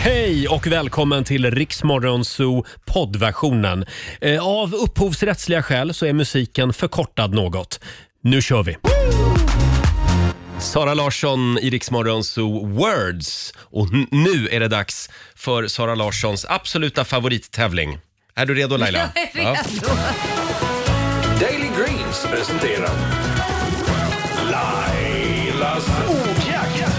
Hej och välkommen till Rix Morgon Zoo poddversionen. Av upphovsrättsliga skäl så är musiken förkortad något. Nu kör vi! Sara Larsson i Rix Morgon Zoo Words. Och nu är det dags för Sara Larssons absoluta favorittävling. Är du redo, Laila? Jag är redo. Ja. Daily Greens presenterar Lailas ordjakt.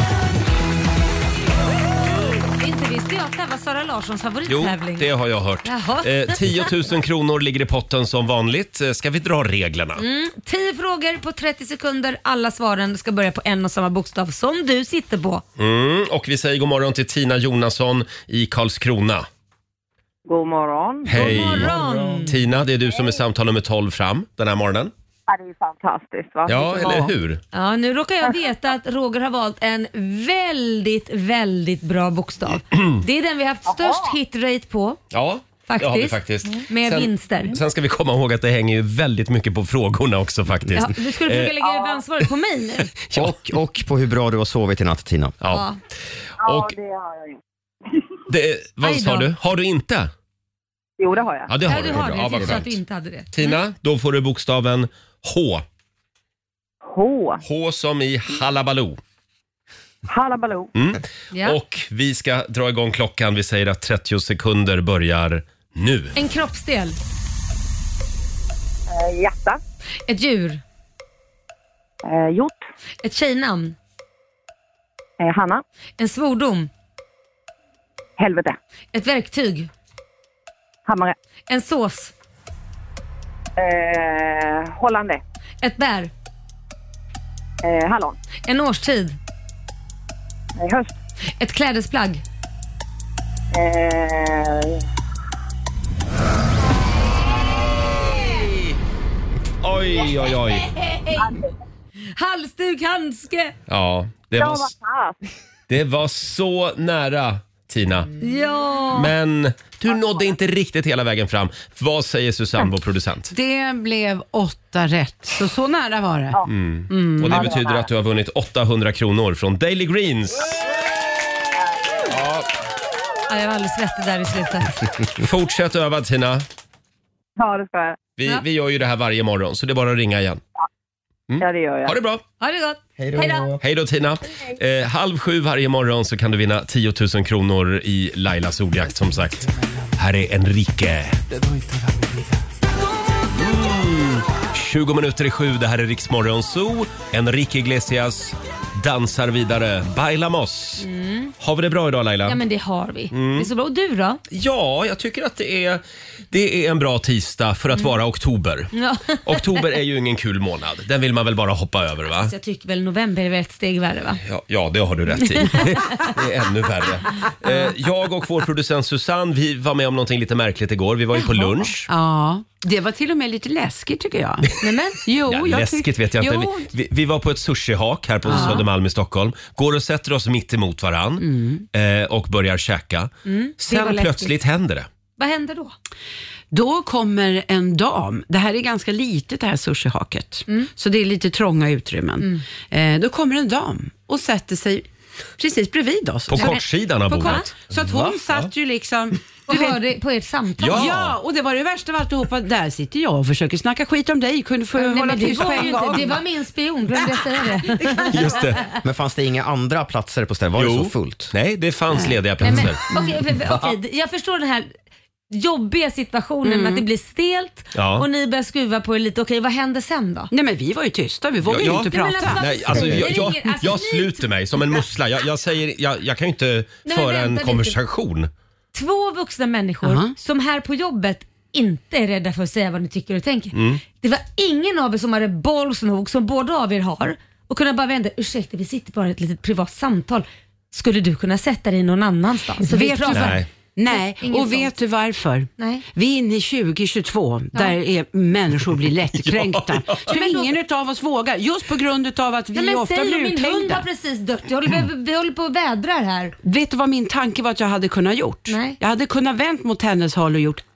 Inte visste jag att det var Sara Larssons Jo, favorittävling. det har jag hört. 10 000 kronor ligger i potten som vanligt. Ska vi dra reglerna? 10 frågor på 30 sekunder. Alla svaren ska börja på en och samma bokstav som du sitter på. Och vi säger god morgon till Tina Jonasson i Karlskrona. God morgon. Hej! God morgon. Tina, det är du som är samtal nummer 12 fram den här morgonen. Ja, det är ju fantastiskt, va? Ja, eller hur? Ja, nu råkar jag veta att Roger har valt en väldigt, väldigt bra bokstav. Det är den vi har haft störst hitrate på. Ja, Faktiskt. det har vi faktiskt. Med vinster. Sen ska vi komma ihåg att det hänger ju väldigt mycket på frågorna också faktiskt. Ja, du skulle försöka lägga över ansvaret på mig nu. Och på hur bra du har sovit i natt, Tina. Ja. Ja, Och det har jag ju. vad Aj då. sa du? Har du inte? Jo, det har jag. Ja, det har Ja, du har det. Ja, Jag vad tyckte att du skönt. inte hade det. Tina, då får du bokstaven H. H. H som i Hallabaloo. Hallabaloo. Ja. Och vi ska dra igång klockan. Vi säger att 30 sekunder börjar nu. En kroppsdel. Hjärta. Ett djur. Hjort. Ett tjejnamn. Hanna. En svordom. Helvete. Ett verktyg. Hammare. En sås. Hollande. Ett bär. Hallon. En årstid. Höst. Ett klädesplagg. Oj, oj, oj. Halsduk, handske. Ja, det var så nära, Tina. Ja. Men du nådde inte riktigt hela vägen fram. Vad säger Susanne, vår producent? Det blev 8 rätt, så nära var det. Och det betyder att du har vunnit 800 kronor från Daily Greens. Ja, jag var alldeles svettig där i slutet. Fortsätt öva, Tina. Ja, det ska jag. Vi gör ju det här varje morgon, så det är bara att ringa igen. Ja, det gör jag. Ha det bra! Ha det gott. Hej då. Hej då. Hej då, Tina. 6:30 varje morgon så kan du vinna 10 000 kronor i Lailas ordjakt, som sagt. Här är Enrique. 20 minuter i 7, det här är Rix Morgon Zoo. Enrique Iglesias dansar vidare. Bailamos. Har vi det bra idag, Laila? Ja, men det har vi. Det är så bra. Och du då? Ja, jag tycker att det är en bra tisdag för att vara oktober. Ja. Oktober är ju ingen kul månad. Den vill man väl bara hoppa över, va? Så jag tycker väl november är väl ett steg värre, va? Ja, det har du rätt i. Det är ännu värre. Jag och vår producent Susanne, vi var med om någonting lite märkligt igår. Vi var ju på lunch. Ja, det var till och med lite läskigt tycker jag. Nej, men. Jo, Ja, läskigt vet jag inte. Vi var på ett sushihak här på Södermalm i Stockholm. Går och sätter oss mitt emot varann och börjar käka. Sen läskigt. plötsligt händer det. Vad händer då? Då kommer en dam, det här är ganska litet det här sushihaket, så det är lite trånga utrymmen. Då kommer en dam och sätter sig precis bredvid oss. På kortsidan av bordet. Så att hon satt ju liksom... Och hörde på ert samtal? Ja, och det var det värsta av alltihopa. Där sitter jag och försöker snacka skit om dig. Kunde få Nej, hålla men det tyst på var en ju inte. gång. Det var min spion, glömde jag säga det. Just det. Men fanns det inga andra platser på stället? Var det så fullt? Nej, det fanns lediga Nej, platser. men, okej, jag förstår den här jobbiga situationen med att det blir stelt och ni börjar skruva på det lite. Okej, vad händer sen då? Nej, men vi var ju tysta, vi vågade ju inte Nej, men prata. alltså, Nej, alltså, säger jag sluter mig som en mussla. Jag säger, jag kan ju inte Nej, föra vänta en lite. konversation. 2 vuxna människor som här på jobbet inte är rädda för att säga vad ni tycker och tänker. Det var ingen av er som hade balls nog, som båda av er har, och kunna bara vända. Ursäkta, vi sitter bara i ett litet privat samtal. Skulle du kunna sätta dig någon annanstans? Så Vet du pratar. Nej. Nej, Ingen och sånt. vet du varför? Nej. Vi är inne i 2022 där är människor blir lättkränkta. Så Men då- ingen utav oss vågar, just på grund av att vi Nej, men ofta säg, blir min hund har uthängda. precis dött. Vi håller på och vädrar här. Vet du vad min tanke var att jag hade kunnat gjort? Nej. Jag hade kunnat vänt mot hennes håll och gjort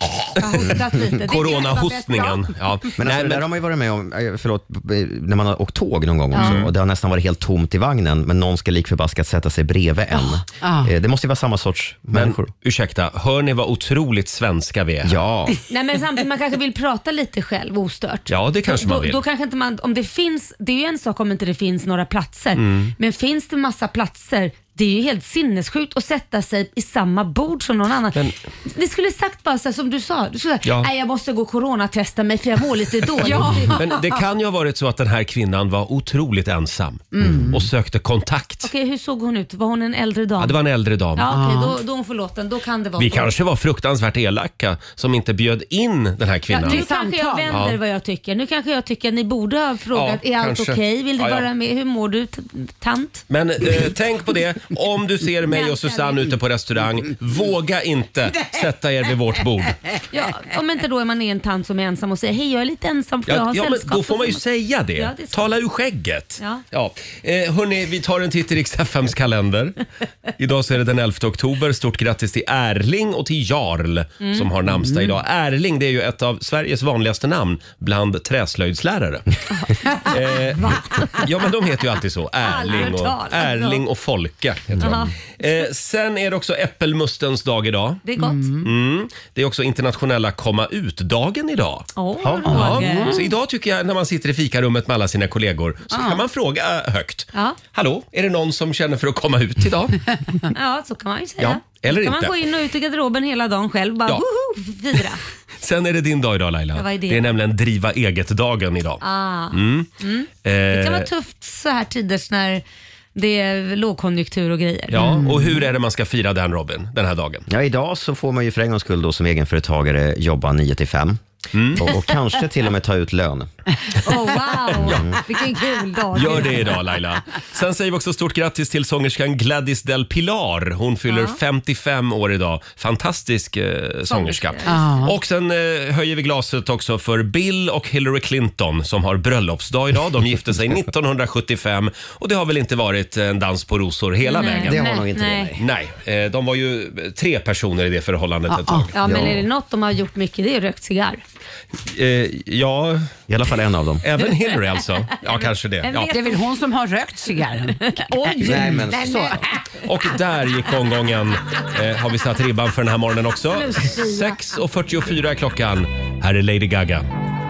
Jag har hostat lite. Coronahostningen. Ja. Men alltså, det där har man ju varit med om, när man har åkt tåg någon gång också, och det har nästan varit helt tomt i vagnen, men någon ska likförbaskat sätta sig bredvid en. Det måste ju vara samma sorts människor. Ursäkta, hör ni vad otroligt svenska vi är? Ja. Nej, men samtidigt man kanske vill prata lite själv ostört. Ja, det kanske man vill. Då kanske inte man, om det finns, det är ju en sak om inte det finns några platser, men finns det massa platser, det är ju helt sinnessjukt att sätta sig i samma bord som någon annan. Det skulle sagt bara så här, som du sa. Du skulle säga, nej jag måste gå och coronatesta mig för jag mår lite dåligt. Men det kan ju ha varit så att den här kvinnan var otroligt ensam och sökte kontakt. Okej, hur såg hon ut? Var hon en äldre dam? Ja, det var en äldre dam. Ja, okej, då är hon förlåten. Då kan det vara Vi så. kanske var fruktansvärt elaka som inte bjöd in den här kvinnan. Nu kanske jag vänder vad jag tycker. Nu kanske jag tycker att ni borde ha frågat, är allt okej? Vill du vara med? Hur mår du, tant? Men tänk på det, om du ser mig och Susanne ute på restaurang, våga inte sätta er vid vårt bord. Ja, om inte då är man en tant som är ensam och säger, hej jag är lite ensam för jag har sällskap. Men då får man ju säga det. Ja, det tala ur skägget. Ja. Hörrni, vi tar en titt i Rix FMs kalender. Idag så är det den 11 oktober. Stort grattis till Erling och till Jarl som har namnsdag idag. Erling, det är ju ett av Sveriges vanligaste namn bland träslöjdslärare. Ja, men de heter ju alltid så. Erling och Folke heter de. Sen är det också äppelmustens dag idag. Det är gott. Det är också internationella komma ut-dagen idag. Så idag tycker jag när man sitter i fikarummet med alla sina kollegor så kan man fråga högt. Hallå, är det någon som känner för att komma ut idag? Ja, så kan man ju säga. Eller kan inte. man gå in och ut i garderoben hela dagen själv. Bara fira. Sen är det din dag idag Laila. Vad är det? Det är nämligen driva eget-dagen idag. Det kan vara tufft så här tider när det är lågkonjunktur och grejer. Ja, och hur är det man ska fira den, Robin, den här dagen? Ja, idag så får man ju för en gångs skull då som egenföretagare jobba 9-5. Och kanske till och med ta ut lön. Wow, vilken kul dag. Gör det idag Laila. Sen säger vi också stort grattis till sångerskan Gladys Del Pilar. Hon fyller 55 år idag. Fantastisk sångerska. Och sen höjer vi glaset också för Bill och Hillary Clinton som har bröllopsdag idag. De gifte sig 1975 och det har väl inte varit en dans på rosor hela vägen. Det har nog inte det. Nej, de var ju 3 personer i det förhållandet ett tag. Ja, men är det något de har gjort mycket, det är rökt cigarr. Ja, i alla fall en av dem. Även Hillary alltså. Ja, kanske det. Ja. Det är väl hon som har rökt cigarren. Nej, men så. Och där gick omgången. Har vi satt ribban för den här morgonen också. 6:44 är klockan. Här är Lady Gaga.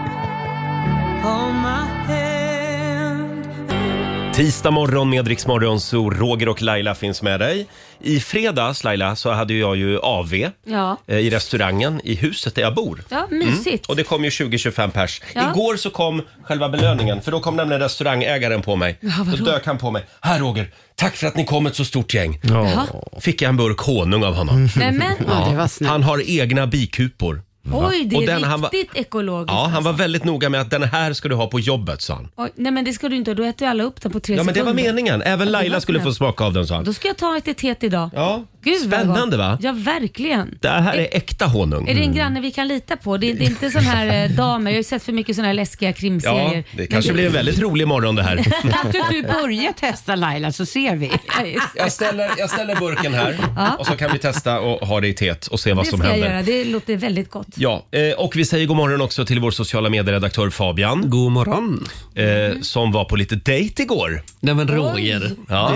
Tisdag morgon med Rix Morgon, så Roger och Laila finns med dig. I fredags, Laila, så hade jag ju AV i restaurangen i huset där jag bor. Ja, mysigt. Och det kom ju 20-25 pers. Igår så kom själva belöningen, för då kom nämligen restaurangägaren på mig. Då dök han på mig. Här Roger, tack för att ni kom ett så stort gäng. Fick jag en burk honung av honom. Det var snällt. Han har egna bikupor. Oj, det är och riktigt ekologiskt. Ja, han var väldigt noga med att den här ska du ha på jobbet, sa han. Oj, nej men det ska du inte, då äter ju alla upp den på 3 sekunder. Ja, men det var meningen. Även Laila skulle få smaka av den, sa han. Då ska jag ta ett etet idag. Ja, Gud, spännande va? Ja, verkligen. Det här är äkta honung. Är det en granne vi kan lita på? Det är inte sån här damer. Jag har ju sett för mycket såna här läskiga krimserier. Ja, det kanske blir en väldigt rolig morgon det här. Kan du börja testa Laila så ser vi. Jag ställer burken här och så kan vi testa och ha det i teet och se vad som händer. Det ska jag göra, det låter väldigt gott. Ja, och vi säger god morgon också till vår sociala medieredaktör Fabian. God morgon. Som var på lite dejt igår. Nej men Roger,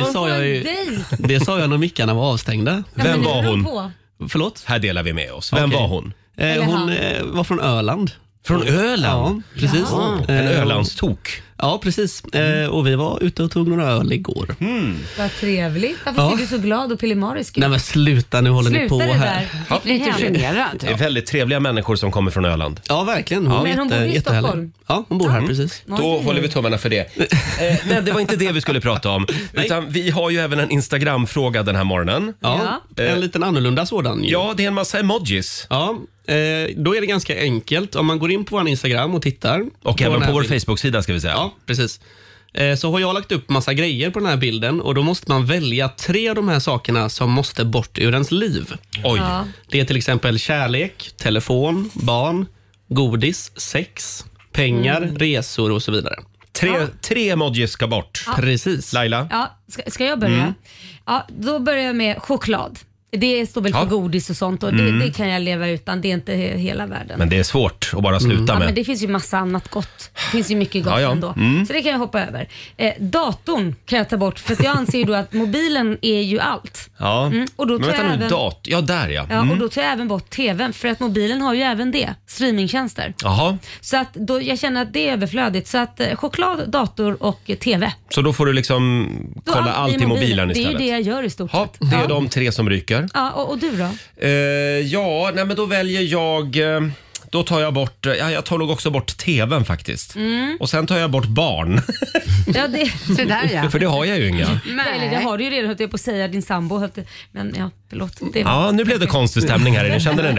det sa jag när mickarna var avstängda. Vem var hon? Förlåt? Här delar vi med oss. Vem var hon? Hon var från Öland. Från Öland? Ja, precis. En Ölandstok. Ja, precis. Och vi var ute och tog några öl igår. Vad trevligt. Varför ser du så glad och pillemarisk ut? Nej men sluta, nu håller ni på här. Ja, lite generad. Det är väldigt trevliga människor som kommer från Öland. Ja, verkligen. Men hon bor i Stockholm? Ja, hon bor här precis. Då håller vi tummarna för det. Men det var inte det vi skulle prata om. Utan vi har ju även en Instagram-fråga den här morgonen. Ja, en liten annorlunda sådan. Ja, det är en massa emojis. Ja, då är det ganska enkelt. Om man går in på vår Instagram och tittar. Och även på vår Facebook-sida ska vi säga. Ja, precis. Så har jag lagt upp massa grejer på den här bilden och då måste man välja 3 av de här sakerna som måste bort ur ens liv. Oj. Ja. Det är till exempel kärlek, telefon, barn, godis, sex, pengar, resor och så vidare. 3 emojis ska bort. Precis. Laila? Ja, ska jag börja? Ja, då börjar jag med choklad. Det står väl för godis och sånt och det kan jag leva utan. Det är inte hela världen. Men det är svårt att bara sluta med. Men det finns ju massa annat gott. Det finns ju mycket gott ändå. Så det kan jag hoppa över. Datorn kan jag ta bort för att jag anser ju då att mobilen är ju allt. Ja, Och då men tar jag även... Ja, där ja. Ja, och då tar jag även bort tvn för att mobilen har ju även det. Streamingtjänster. Jaha. Så att då, jag känner att det är överflödigt. Så att choklad, dator och tv. Så då får du liksom kolla allt i mobilen istället? Det är ju det jag gör i stort sett. Det är de 3 som ryker. Ja, och du då? Men då väljer jag... Då tar jag bort, jag tar nog också bort tvn faktiskt. Och sen tar jag bort barn. Ja, så där, ja. För det har jag ju inga. Eller det har du ju redan, höll jag på att säga, din sambo. Men ja, förlåt. Ja, nu blev det konstig stämning här inne. Kände ni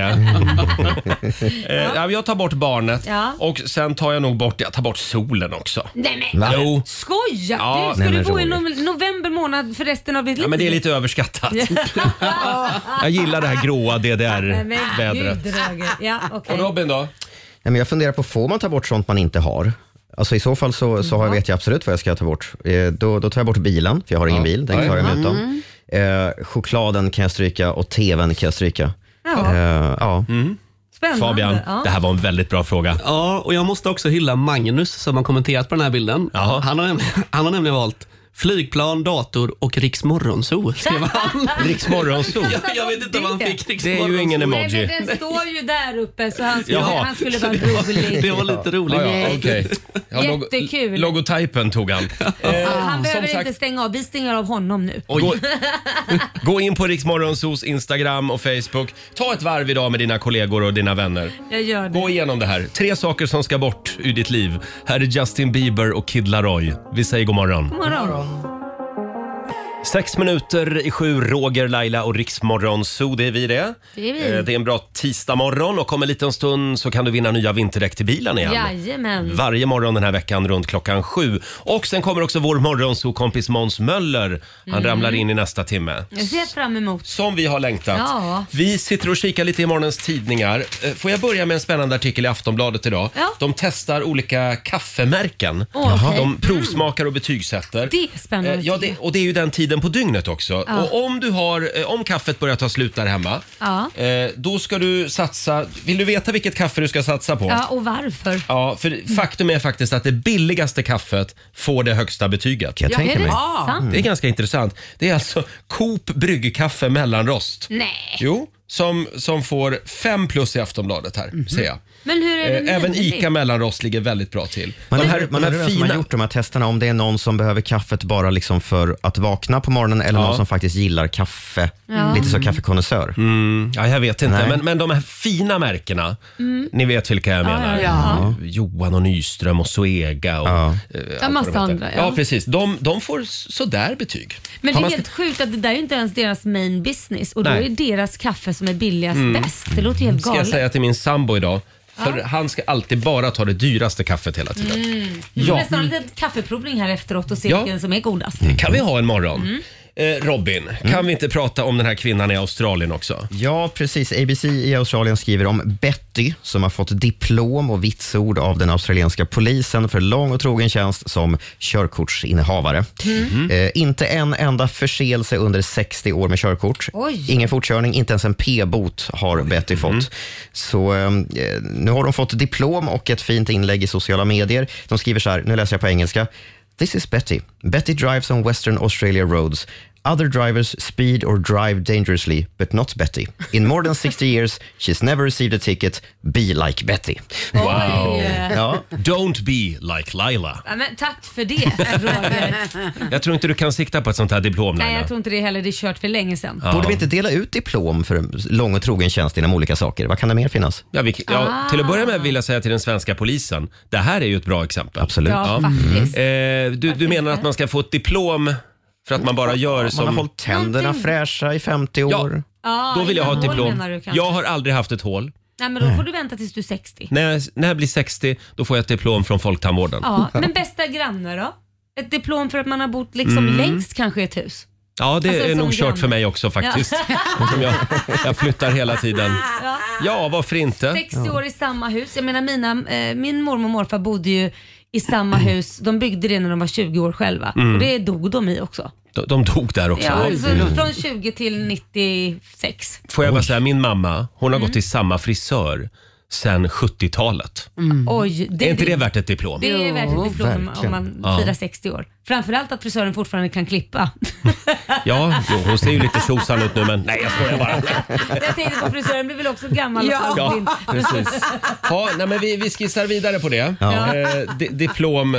det? Jag tar bort barnet. Ja. Och sen tar jag nog bort solen också. Nej men, jo. skoja! Ja, du skulle bo i november månad för resten av ditt liv. Ja, men det är lite överskattat. Jag gillar det här gråa DDR-vädret. Ja, okay. Och Robin då? Nej, men jag funderar på, får man ta bort sånt man inte har? Alltså i så fall så vet jag absolut vad jag ska ta bort. Då tar jag bort bilen, för jag har ingen bil. Den klarar jag mig utan. Chokladen kan jag stryka och tvn kan jag stryka. Spännande. Fabian, det här var en väldigt bra fråga. Ja, och jag måste också hylla Magnus som har kommenterat på den här bilden. Han har nämligen valt flygplan, dator och Riks Morgonzoo, skrev han. Riks Morgonzoo? Jag vet inte om han fick Riks Det är ju ingen emoji. Nej, men den står ju där uppe så han skulle vara rolig. Det var lite roligt. Okay. Jättekul. Logotypen tog han. Han behöver inte stänga av. Vi stänger av honom nu. Gå in på Riks Morgonzoos Instagram och Facebook. Ta ett varv idag med dina kollegor och dina vänner. Jag gör det. Gå igenom det här. 3 saker som ska bort ur ditt liv. Här är Justin Bieber och Kid Laroi. Vi säger god morgon. God morgon. 6:07, Roger, Laila och Riks Morgonzoo, det är vi det. Det är vi. Det är en bra tisdagmorgon och om en liten stund så kan du vinna nya vinterdäck till bilen igen. Jajamän. Varje morgon den här veckan runt klockan 7. Och sen kommer också vår Morgonzoo-kompis Måns Möller. Han ramlar in i nästa timme. Jag ser fram emot. Som vi har längtat. Ja. Vi sitter och kikar lite i morgonens tidningar. Får jag börja med en spännande artikel i Aftonbladet idag? Ja. De testar olika kaffemärken. Okay. De provsmakar och betygsätter. Det är spännande. Och det är ju den tiden på dygnet också. Ja. Och om kaffet börjar ta slut där hemma, då ska du satsa. Vill du veta vilket kaffe du ska satsa på? Ja, och varför? Ja, för faktum är faktiskt att det billigaste kaffet får det högsta betyget. Jag tänker mig. Det är ganska intressant. Det är alltså Coop bryggkaffe mellanrost. Nej. Jo, som får 5+ i Aftonbladet här, ser jag. Men hur är det även ICA mellanrost ligger väldigt bra till. Man undrar vem som har gjort de här testerna, om det är någon som behöver kaffet bara liksom för att vakna på morgonen eller någon som faktiskt gillar kaffe, lite så kaffekonnässör. Ja, jag vet inte, men de här fina märkena, ni vet vilka jag menar. Johan och Nyström och Zoega och massa andra. Ja, precis. De får sådär betyg. Men det är helt sjukt att det där är inte ens deras main business och då är deras kaffe som är billigast bäst. Det låter helt galet. Ska jag säga till min sambo idag. För han ska alltid bara ta det dyraste kaffet hela tiden. Nästan lite kaffeprovning här efteråt och se vilken som är godast. Kan vi ha en morgon? Robin, kan vi inte prata om den här kvinnan i Australien också? Ja, precis. ABC i Australien skriver om Betty som har fått diplom och vitsord av den australienska polisen för lång och trogen tjänst som körkortsinnehavare. Inte en enda förseelse under 60 år med körkort. Ingen fortkörning, inte ens en p-bot har Betty fått. Så nu har de fått diplom och ett fint inlägg i sociala medier. De skriver så här, nu läser jag på engelska. This is Betty. Betty drives on Western Australia roads. Other drivers speed or drive dangerously, but not Betty. In more than 60 years, she's never received a ticket. Be like Betty. Wow. Don't be like Laila. Ja, men tack för det, Roger. Jag tror inte du kan sikta på ett sånt här diplom, Laila. Nej, jag tror inte det heller. Det är kört för länge sedan. Borde vi inte dela ut diplom för lång och trogen tjänst inom olika saker? Vad kan det mer finnas? Till att börja med vill jag säga till den svenska polisen. Det här är ju ett bra exempel. Absolut. Ja, faktiskt. Du menar att man ska få ett diplom för att man bara gör som... Man har hållit tänderna fräscha i 50 år. Då vill jag ha ett diplom. Jag har aldrig haft ett hål. Nej, men då får du vänta tills du är 60. När jag blir 60, då får jag ett diplom från Folktandvården. Ja, men bästa grannar då? Ett diplom för att man har bott liksom längst kanske i ett hus. Ja, det är nog kört för mig också faktiskt. Jag flyttar hela tiden. Ja, varför inte? 60 år i samma hus. Jag menar, min mormor och morfar bodde ju i samma hus. De byggde det när de var 20 år själva. Och det dog de i också. De dog där också. Ja, från 20 till 96. Får jag bara säga, min mamma, hon har gått till samma frisör sen 70-talet. Oj, Är inte det värt ett diplom? Det är värt ett diplom om man firar 60 år. Framförallt att frisören fortfarande kan klippa. Ja, hon ser ju lite tjosan ut nu, men nej, jag skojar bara. Jag tänkte på frisören blir väl också gammal. Ja, precis. Ja, nej, men vi skissar vidare på det. Diplom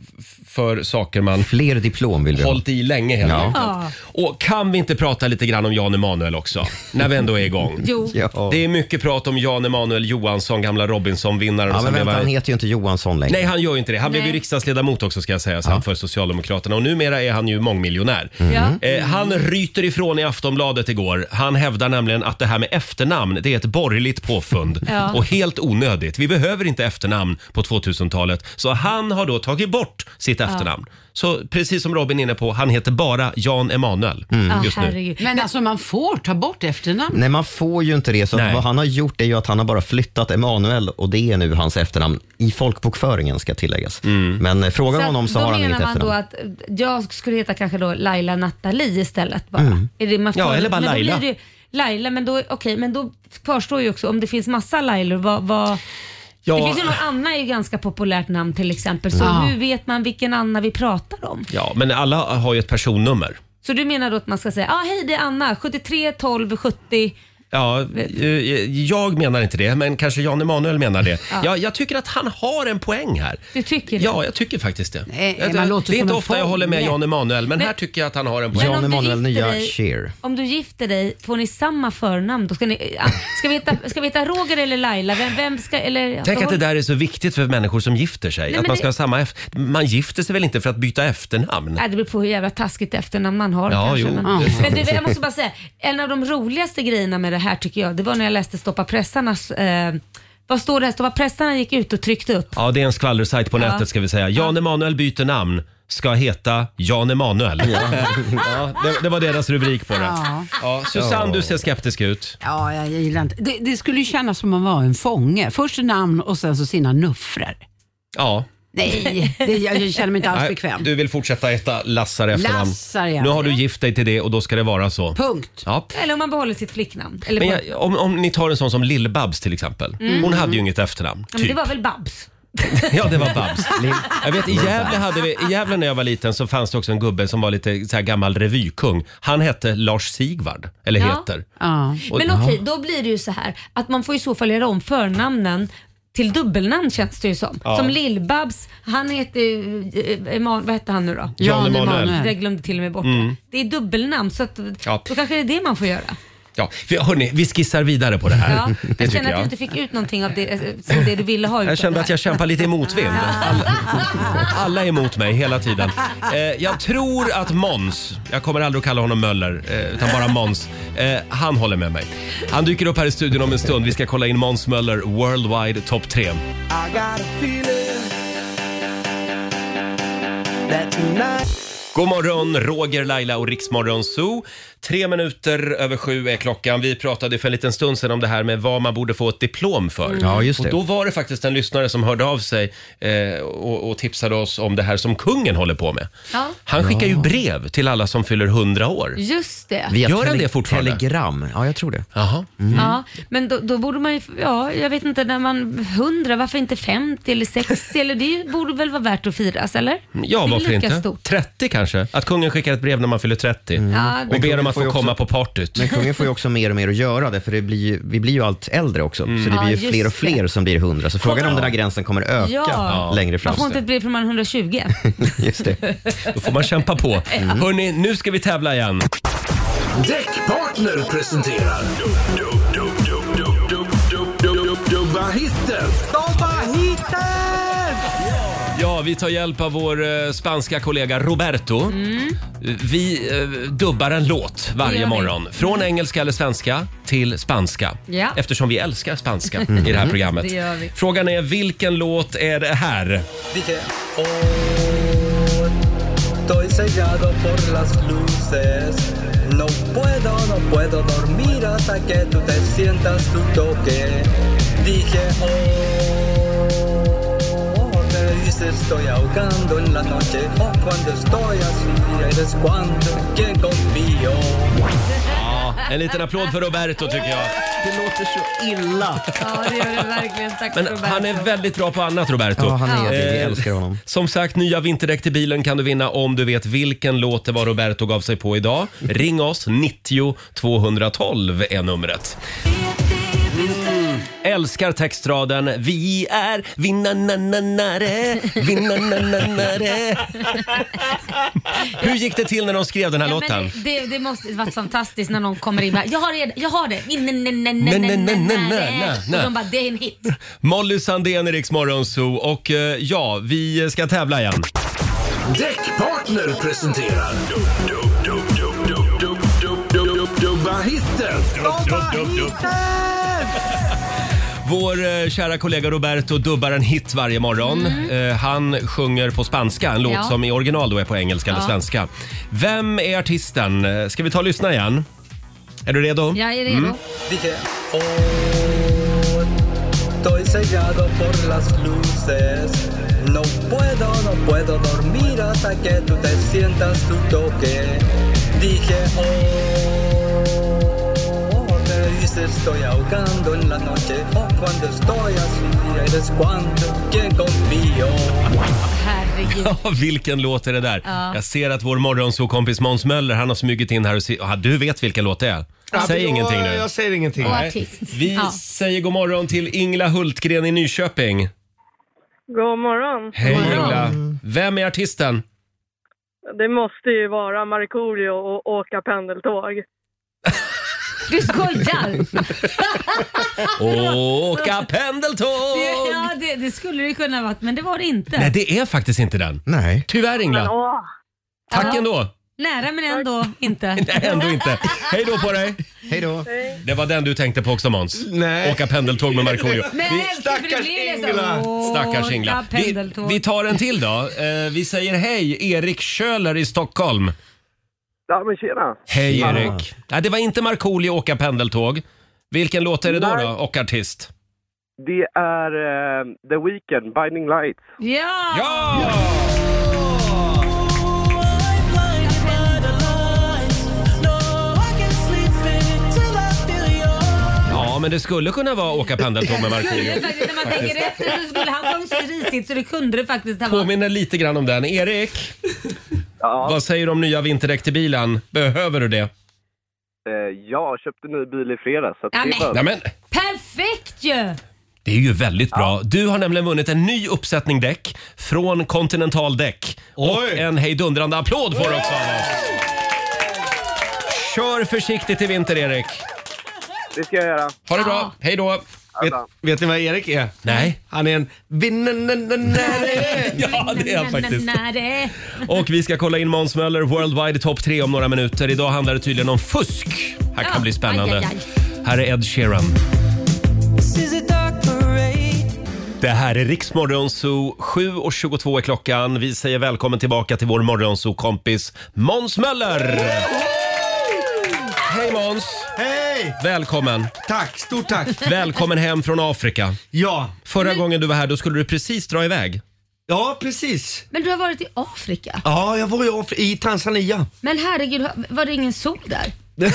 för saker man Fler diplom vill vi ha. hållit i länge helt enkelt. Och kan vi inte prata lite grann om Jan Emanuel också? När vi ändå är igång. Jo. Ja. Det är mycket prat om Jan Emanuel Johansson, gamla Robinson-vinnaren. Ja, men vänta, han heter ju inte Johansson längre. Nej, han gör ju inte det. Han blev ju riksdagsledamot också, ska jag säga, sen för Socialdemokraterna. Och numera är han ju mångmiljonär. Han ryter ifrån i Aftonbladet igår. Han hävdar nämligen att det här med efternamn, det är ett borgerligt påfund. Och helt onödigt. Vi behöver inte efternamn på 2000-talet. Så han har då tagit bort sitt efternamn. Så precis som Robin är inne på, han heter bara Jan Emanuel just nu. Men alltså man får ta bort efternamn. Nej, man får ju inte det. Så vad han har gjort är ju att han har bara flyttat Emanuel och det är nu hans efternamn i folkbokföringen, ska tilläggas. Men fråga honom så har han inget efternamn. Då menar man då att jag skulle heta kanske då Laila Nathalie istället bara? Är det man får, eller bara Laila. Laila, men då, men då kvarstår ju också, om det finns massa Lailor, vad Ja. Det finns ju någon Anna är ju ganska populärt namn till exempel. Så hur vet man vilken Anna vi pratar om? Ja, men alla har ju ett personnummer. Så du menar då att man ska säga, hej det är Anna, 73 12 70. Ja, jag menar inte det, men kanske Jan Emanuel menar det. Jag tycker att han har en poäng här. Du tycker det? Ja, jag tycker faktiskt det. Nej, det är inte ofta jag håller med Jan Emanuel, men här tycker jag att han har en poäng. Jan Emanuel nya Cher. Om du gifter dig, får ni samma förnamn? Då ska vi heta Roger eller Laila? Vem ska, eller, tänk att det där är så viktigt för människor som gifter sig. Nej, att man ska ha samma man gifter sig väl inte för att byta efternamn? Nej, det beror på hur jävla taskigt efternamn man har. Ja, kanske, jo. Men jag måste bara säga, en av de roligaste grejerna med det här tycker jag, det var när jag läste Stoppa pressarnas vad står det här? Stoppa pressarna gick ut och tryckte upp. Ja, det är en skvallersajt på nätet, ska vi säga. Jan Emanuel byter namn, ska heta Jan Emanuel. Det var deras rubrik på det. Ja, Susanne, du ser skeptisk ut. Ja, jag gillar inte. Det skulle ju kännas som att man var en fånge. Först namn och sen så sina nuffrar. Ja. Nej, jag känner mig inte alls bekväm. Du vill fortsätta äta Lassar efternamn. Lassar, ja. Nu har du gift dig till det och då ska det vara så. Punkt. Ja. Eller om man behåller sitt flicknamn. Eller men om ni tar en sån som Lill-Babs till exempel. Hon hade ju inget efternamn. Men det var väl Babs? Ja, det var Babs. Jag vet, i Gävle när jag var liten så fanns det också en gubbe som var lite så här gammal revykung. Han hette Lars Sigvard, eller heter. Ja. Men okej, då blir det ju så här att man får i så fall göra om förnamnen till dubbelnamn, känns det ju som. Som Lill-Babs, han heter vad heter han nu då? Jan Emanuel. Jag glömde till och med bort det är dubbelnamn, så att, då kanske det är det man får göra. Ja, hörni, vi skissar vidare på det här. Ja, det jag känner att du inte fick ut någonting av det, som det du ville ha ut. Jag kände att jag kämpar lite i motvind. Alla är emot mig hela tiden. Jag tror att Måns, jag kommer aldrig att kalla honom Möller, utan bara Måns, han håller med mig. Han dyker upp här i studion om en stund. Vi ska kolla in Måns Möller Worldwide Top 3. I got a feeling that tonight. God morgon, Roger, Laila och Riksmorgon Zoo. 3:07 är klockan. Vi pratade för en liten stund sedan om det här med vad man borde få ett diplom för. Ja, just det. Och då var det faktiskt en lyssnare som hörde av sig och tipsade oss om det här som kungen håller på med. Ja. Han skickar ju brev till alla som fyller 100 år. Just det. Gör han det fortfarande? Telegram, ja jag tror det. Jaha. Ja, men då borde man ju, jag vet inte, när man 100, varför inte 50 eller 60 eller det borde väl vara värt att firas, eller? Ja, det är varför lika inte? Stort. 30 kanske? Att kungen skickar ett brev när man fyller 30 och ber om att få komma på partyt. Men kungen får ju också mer och mer att göra det, för vi blir ju allt äldre också. Så det blir ju fler och fler som blir 100. Så frågan om den här gränsen kommer öka längre fram. Man får inte ett brev från man 120. Just det. Då får man kämpa på. Hörrni, nu ska vi tävla igen. Däckpartner presenterar Dubba hitten. Ja, vi tar hjälp av vår spanska kollega Roberto. Vi dubbar en låt varje morgon. Från engelska eller svenska till spanska. Ja. Eftersom vi älskar spanska i det här programmet. Det gör vi. Frågan är, vilken låt är det här? Dije, estoy cegado por las luces. No puedo dormir hasta que tú te sientas tu toque. Dije, te dices estoy ahogando en la noche. Och cuando estoy así eres cuando que confío. Ja, en liten applåd för Roberto tycker jag. Det låter så illa. Ja, det gör det verkligen. Tack Men Roberto. han är väldigt bra på annat, Roberto. Ja, han är det. Jag älskar honom. Som sagt, nya vinterdäck till bilen kan du vinna om du vet vilken låt det var Roberto gav sig på idag. Ring oss, 90 212 är numret. Älskar textraden. Vi är vinnananare, vinnananare. Hur gick det till när de skrev den här låten? Det måste varit fantastiskt när någon kommer in. Jag har det. Och de bara, det är en hit. Molly Sandén i Rix Morgon Zoo. Och ja, vi ska tävla igen. Däckpartner presenterar Dubba hitten. Vår kära kollega Roberto dubbar en hit varje morgon. Han sjunger på spanska, en låt som i original då är på engelska eller svenska. Vem är artisten? Ska vi ta och lyssna igen? Är du redo? Jag är redo. Dije, estoy cegado por las luces. No puedo dormir hasta que tú te sientas tu toque. Dije, me dices estoy ahogando en la noche. Och cuando estoy así eres cuando que confío. Herregud. Ja, vilken låt är det där? Ja. Jag ser att vår morgonsåkompis Måns Möller, han har smugit in här och du vet vilken låt det är. Säg ingenting nu. Jag säger ingenting. Och artist. Vi säger god morgon till Ingla Hultgren i Nyköping. God morgon. Hej Ingla. Vem är artisten? Det måste ju vara Markoolio och åka pendeltåg. Du skojar! Åka pendeltåg! Ja, det skulle det kunna vara, men det var det inte. Nej, det är faktiskt inte den. Nej. Tyvärr Ingla. Tack ändå. Nära men ändå inte. Nej, ändå inte. Hej då på dig. Hej då. Det var den du tänkte på också Måns. Nej. Åka pendeltåg med Markoolio. Stackars Ingela. Stackars Ingla. Vi tar en till då. Vi säger hej Erik Köhler i Stockholm. Ja, men tjena. Hej Erik. Nej, det var inte Markoolio åka pendeltåg. Vilken låt är det då och artist? Det är The Weeknd, Blinding Lights. Ja! Ja! Ja, men det skulle kunna vara åka pendeltåg med Markoolio. När man tänker efter så skulle han vara så risigt så det kunde det faktiskt ha varit. Påminner lite grann om den. Erik, vad säger du om nya vinterdäck till bilen? Behöver du det? Jag köpte ny bil i fredags. Så Perfekt ju! Det är ju väldigt bra. Du har nämligen vunnit en ny uppsättning däck från Continental Däck. Och en hejdundrande applåd får du också av oss. Kör försiktigt i vinter, Erik. Det ska jag göra. Ha det bra. Hej då. Vet ni vad Erik är? Nej. Han är en vinnare. Ja, det är han faktiskt. Och vi ska kolla in Måns Möller Worldwide Top 3 om några minuter. Idag handlar det tydligen om fusk. Här kan bli spännande. Här är Ed Sheeran. Det här är Rix Morgon Zoo. 7:22 är klockan. Vi säger välkommen tillbaka till vår Morgon Zoo-kompis Måns Möller. Hej Måns. Hej! Välkommen. Tack, stort tack. Välkommen hem från Afrika. Ja. Förra gången du var här då skulle du precis dra iväg. Ja, precis. Men du har varit i Afrika? Ja, jag var i Tanzania. Men herregud, var det ingen sol där? Men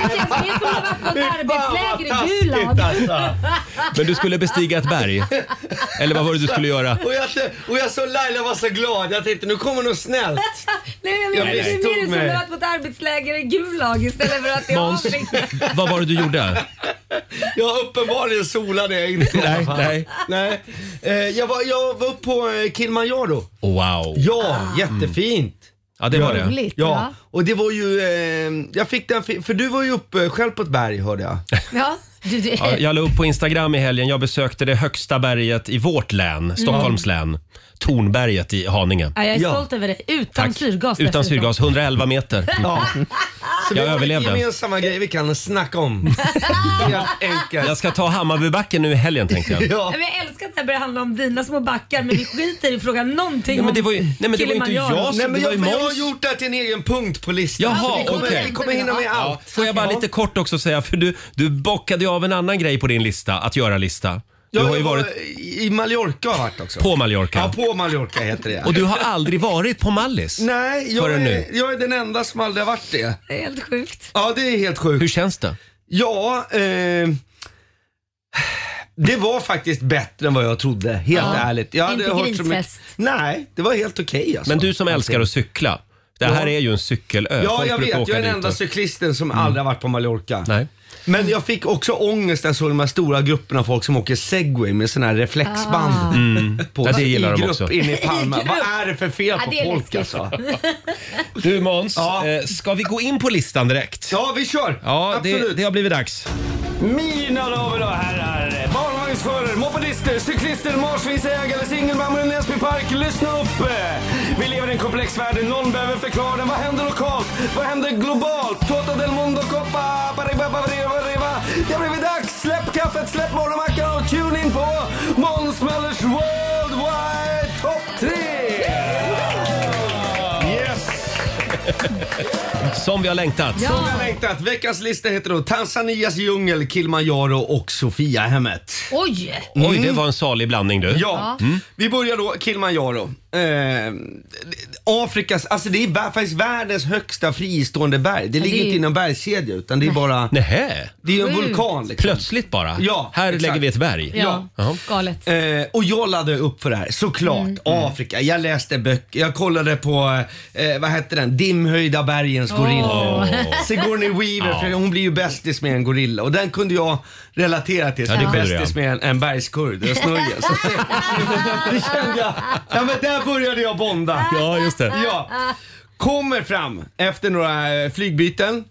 du skulle bestiga ett berg. Eller vad var det du skulle göra? Och jag så Laila var så glad. Jag tänkte nu kommer något snällt. Nej, men det är mer som att varit på ett arbetsläger i Gulag istället för att i Måns, Afrika. vad var det du gjorde? Jag uppenbarligen solade jag inte. Nej. Jag var uppe på Kilimanjaro. Wow. Ja, jättefint. Ja, det var det. Ja, och det var ju... jag fick den... För du var ju uppe själv på ett berg, hörde jag. Ja, ja, jag la upp på Instagram i helgen. Jag besökte det högsta berget i vårt län, Stockholms län. Tornberget i Haninge. Ja, jag är stolt över det. Utan syrgas. Utan syrgas, 111 meter. Ja. Så jag överlevde. Det är gemensamma grejer vi kan snacka om. Helt enkelt. Jag ska ta Hammarbybacken nu i helgen, tänkte jag. Ja. Men jag älskar att det börjar handla om dina små backar, men vi skiter i frågan någonting om det var ju, nej, men det var inte jag som... Nej, men jag har gjort det till en egen punkt på listan. Jaha, okej. Vi kommer hinna med allt. Ja. Får jag bara lite kort också säga, för du bockade ju av en annan grej på din lista, att göra-lista. Du har ju varit... I Mallorca har jag varit också. På Mallorca? Ja, på Mallorca heter det. Och du har aldrig varit på Mallis? Nej, jag är den enda som aldrig har varit det. Det är helt sjukt. Ja, det är helt sjukt. Hur känns det? Ja, det var faktiskt bättre än vad jag trodde, helt ärligt. Jag hade inte hört så mycket. Nej, det var helt okej alltså. Men du som älskar att cykla, det här är ju en cykelö. Ja, Folk jag brukar vet. åka Jag är den dit enda cyklisten som aldrig har varit på Mallorca. Nej. Men jag fick också ångest när jag såg de här stora grupperna av folk som åker segway med sån här reflexband. På det gillar de också. Inne i Palma. Vad är det för fel på folk alltså? Du Måns, ska vi gå in på listan direkt? Ja, vi kör. Ja, det har blivit dags. Mina damer och herrar, barnvagnsförare, mopedister, cyklister, marsvinsägare, singelmammor i Näsby Park, lyssna upp! Vi lever i en komplex värld, någon behöver förklara den. Vad händer lokalt? Vad händer globalt? Toto del mundo coppa, pariba, pariba. Det har blivit dags, släpp kaffet, släpp morgonmackan och tune in på Måns Möllers Worldwide Top 3! Yes! Som vi har längtat. Ja. Som vi har längtat. Veckans lista heter då Tanzanias djungel, Kilimanjaro och Sofiahemmet. Oj! Oj, det var en salig blandning du. Ja, vi börjar då Kilimanjaro. Afrikas, alltså det är faktiskt världens högsta fristående berg. Det ligger inte inom bergskedja utan det är bara... Nähä. Det är ju en vulkan liksom. Plötsligt bara. Ja, här exakt. lägger vi ett berg. Ja, galet. Och jag laddade upp för det här, såklart. Afrika, jag läste böcker, jag kollade på, vad heter den? Dimhöjda bergens gorilla. Sigourney Weaver, för hon blir ju bästis med en gorilla. Och den kunde jag relatera till. Så det bästis med en bergskurd, en snurge. Så det kände jag, ja men där började jag bonda. Ja, just det. Ja. Kommer fram efter några flygbyten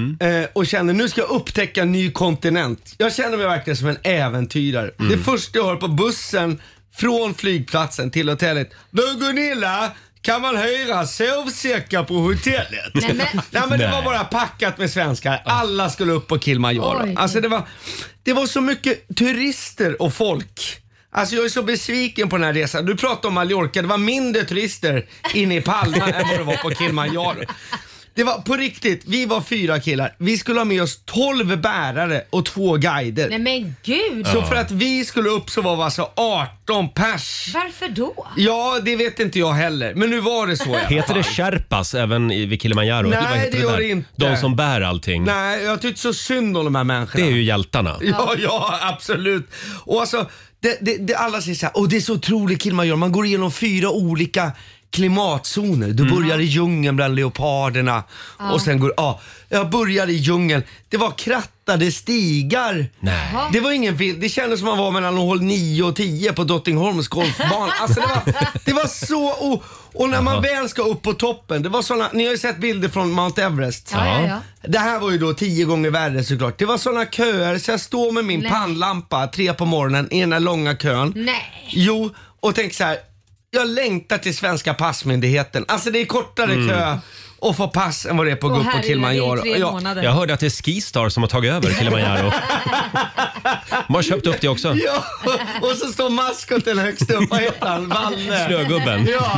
och känner nu ska jag upptäcka en ny kontinent. Jag känner mig verkligen som en äventyrare. Det första jag hör på bussen från flygplatsen till hotellet: Du Gunilla, kan man hyra sovsäckar på hotellet? Nej men det var bara packat med svenskar. Alla skulle upp på Kilimanjaro. Alltså det var så mycket turister och folk. Alltså jag är så besviken på den här resan. Du pratade om Mallorca, det var mindre turister inne i Palma än vad det var på Kilimanjaro. Det var på riktigt, vi var 4 killar. Vi skulle ha med oss 12 bärare och 2 guider. Nej men gud. Så för att vi skulle upp så var vi alltså 18 pers. Varför då? Ja, det vet inte jag heller. Men nu var det så. Heter det Sherpas även vid Kilimanjaro? Nej, det gör det inte. De som bär allting. Nej, jag tyckte så synd om de här människorna. Det är ju hjältarna. Ja, absolut. Och alltså, alla säger så här, det är så otroligt Kilimanjaro. Man går igenom 4 olika klimatzoner. Du börjar i djungeln bland leoparderna och sen går jag började i djungeln. Det var krattade stigar. Nej. Det var ingen film. Det kändes som man var mellan hål 9 och 10 på Drottningholms golfbana. Alltså det var så och när man väl ska upp på toppen, det var såna, ni har ju sett bilder från Mount Everest. Ja. Det här var ju då 10 gånger värre såklart. Det var såna köer så jag står med min pannlampa 3 på morgonen i den här långa kön. Nej. Jo, och tänk så här. Jag längtar till svenska passmyndigheten. Alltså det är kortare kö och få pass än vad det är på att gå upp på Kilimanjaro. Jag hörde att det är Skistar som har tagit över Kilimanjaro. De har köpt upp det också. Ja, och så står maskoten högst upp. Vad heter han? Valle. Snögubben. Ja,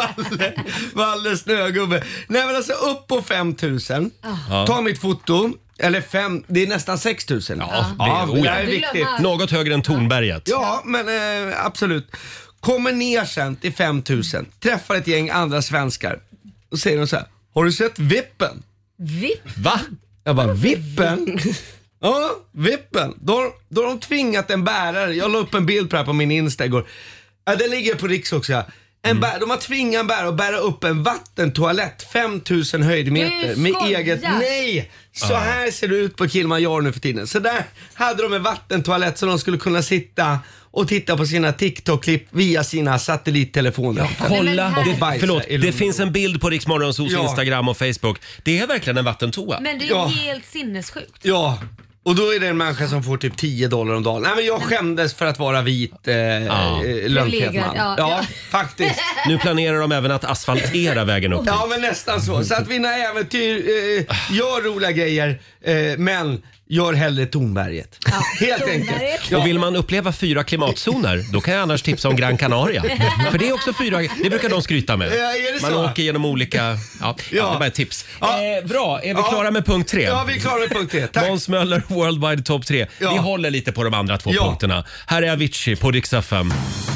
Valle Snögubbe. Nej men alltså upp på 5000. Ta mitt foto. Eller 5, det är nästan 6000. Ja, det är viktigt. Något högre än Tornberget. Ja, men absolut. Kommer ner sen till 5000. Träffar ett gäng andra svenskar. Och säger de så här: har du sett Vippen? Va? Jag bara, Vippen? Ja, Vippen. Då har de tvingat en bärare. Jag la upp en bild på det här på min Insta igår. Ja, det ligger på Riks också. De har tvingat en bärare att bära upp en vattentoalett 5000 höjdmeter med eget. Nej! Så här ser det ut på Kilimanjaro nu för tiden. Så där hade de en vattentoalett så de skulle kunna sitta och titta på sina TikTok-klipp via sina satellittelefoner. Kolla, det finns en bild på Riksmorgonsos Instagram och Facebook. Det är verkligen en vattentoa. Men det är helt sinnessjukt. Ja. Och då är det en människa som får typ $10 om dagen. Nej men jag skämdes för att vara vit lönnfet man. Ja, faktiskt. Nu planerar de även att asfaltera vägen upp. Ja men nästan så. Så att mina äventyr gör roliga grejer. Men gör hellre Tornberget. Helt enkelt. Och vill man uppleva 4 klimatzoner, då kan jag annars tipsa om Gran Canaria. För det är också 4, det brukar de skryta med. Man åker genom olika, det är bara ett tips. Bra, är vi klara med punkt 3? Ja, vi är klara med punkt 3. Tack. Måns Möller, Worldwide Top 3. Vi håller lite på de andra 2 punkterna. Här är Avicii på Rix FM.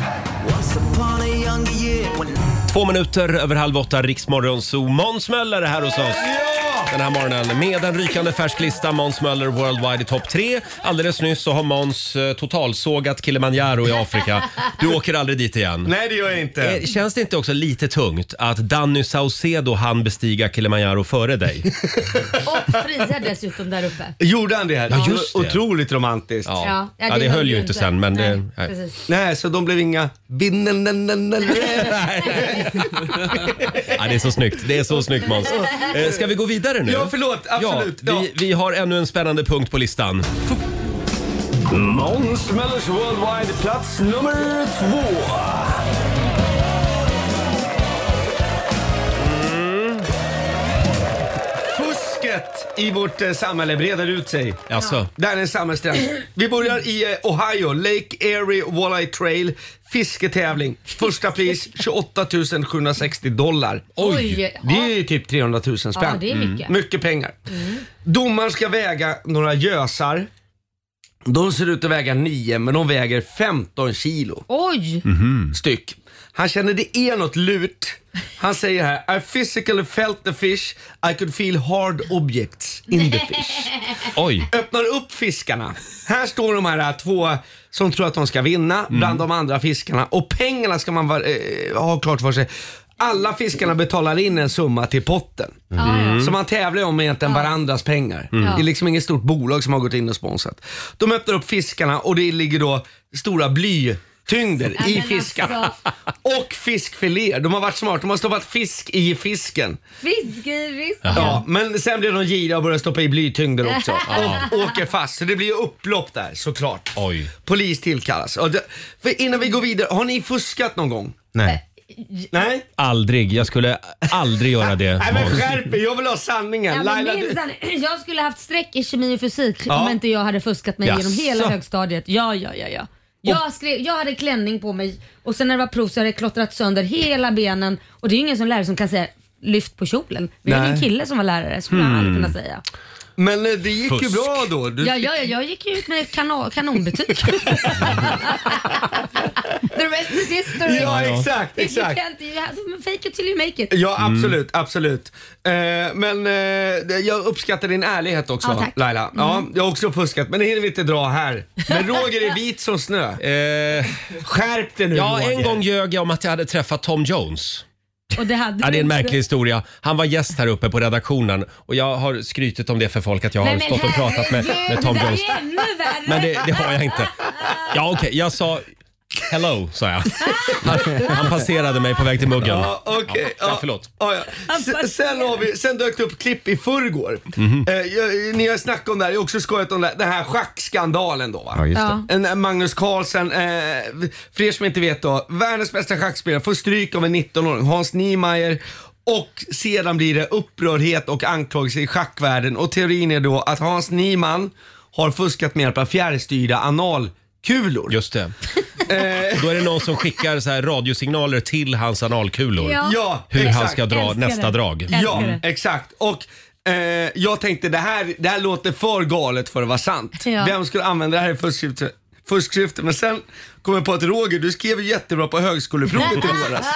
2 minuter över 7:30, Rix Morgon Zoo. Måns Möller är här hos oss. Den här morgonen med en rykande färsk lista. Måns Möller Worldwide Top 3. Alldeles nyss så har Måns totalsågat Kilimanjaro i Afrika. Du åker aldrig dit igen. Nej, det gör jag inte. Känns det inte också lite tungt att Danny Saucedo hann bestiga Kilimanjaro före dig? Och friar dessutom där uppe. Gjorde han det här? Ja, just det. Otroligt romantiskt. Ja, det höll ju inte sen, men det... Nej, så de blev inga... Ja, det är så snyggt. Det är så snyggt, Måns. Ska vi gå vidare nu? Ja, förlåt. Absolut. Vi har ännu en spännande punkt på listan. Måns Möllers Worldwide plats nummer 2. Fusket i vårt samhälle breder ut sig. Alltså. Där är en samhällstrend. Vi börjar i Ohio, Lake Erie Walleye Trail. Fisketävling. Första pris $28 760. Oj. Det är ju typ 300 000 spänn. Ja, det är mycket. Mycket pengar. Domaren ska väga några gösar. De ser ut att väga 9, men de väger 15 kilo. Oj! Styck. Han känner det är något lurt. Han säger här: I physically felt the fish. I could feel hard objects in the fish. Oj. Öppnar upp fiskarna. Här står de här 2 som tror att de ska vinna bland de andra fiskarna. Och pengarna ska man ha klart för sig. Alla fiskarna betalar in en summa till potten. Så man tävlar om egentligen varandras pengar. Det är liksom inget stort bolag som har gått in och sponsrat. De öppnar upp fiskarna och det ligger då stora blytyngder i fiskarna. Och fiskfiléer. De har varit smart. De har stoppat fisk i fisken. Fisk i fisken? Ja, men sen blir de giriga och börjar stoppa i blytyngder också. Och åker fast. Så det blir upplopp där, såklart. Oj. Polis tillkallas. För innan vi går vidare, har ni fuskat någon gång? Nej. Nej? Aldrig. Jag skulle aldrig göra det. Nej, men skärp er. Jag vill ha sanningen. Laila, jag skulle haft streck i kemi och fysik om inte jag hade fuskat mig genom hela högstadiet. Ja. Jag hade klänning på mig och sen när det var prov så hade jag klottrat sönder hela benen. Och det är ju ingen som lärare som kan säga lyft på kjolen. Vi hade en kille som var lärare, skulle jag aldrig kunna säga. Men det gick ju bra då. Jag gick ju ut med kanonbetyg. The rest is history. Ja, exakt. Fake it till you make it. Ja, absolut. Men jag uppskattar din ärlighet också, Laila. Ja, jag har också fuskat, men det hinner vi inte dra här. Men Roger är vit som snö. Skärp dig nu, Roger. En gång ljög jag om att jag hade träffat Tom Jones. Och det hade det är en märklig historia. Han var gäst här uppe på redaktionen och jag har skrytit om det för folk att jag har stått och pratat med Tom Jones. Men det har jag inte. Ja, okej. Jag sa hello, sa jag. Han passerade mig på väg till muggen. Ja, okej. Ja, förlåt. Sen dök det upp klipp i förrgår. Ni har snackat om det här. Jag har också skojat om den här schackskandalen då, va? Ja, just det. Magnus Carlsen, för er som inte vet då, världens bästa schackspelare, får stryk av en 19-åring, Hans Niemeyer. Och sedan blir det upprördhet och anklagelse i schackvärlden. Och teorin är då att Hans Niemann har fuskat med hjälp av fjärrstyrda analkulor. Just det. Då är det någon som skickar så här radiosignaler till hans analkulor. Ja, hur exakt. han ska dra nästa drag. Ja, exakt. Och jag tänkte det här låter för galet för att vara sant. Ja. Vem skulle använda det här i fusksyfte? Men sen kom jag på att Roger, du skrev jättebra på högskoleprovet i våras.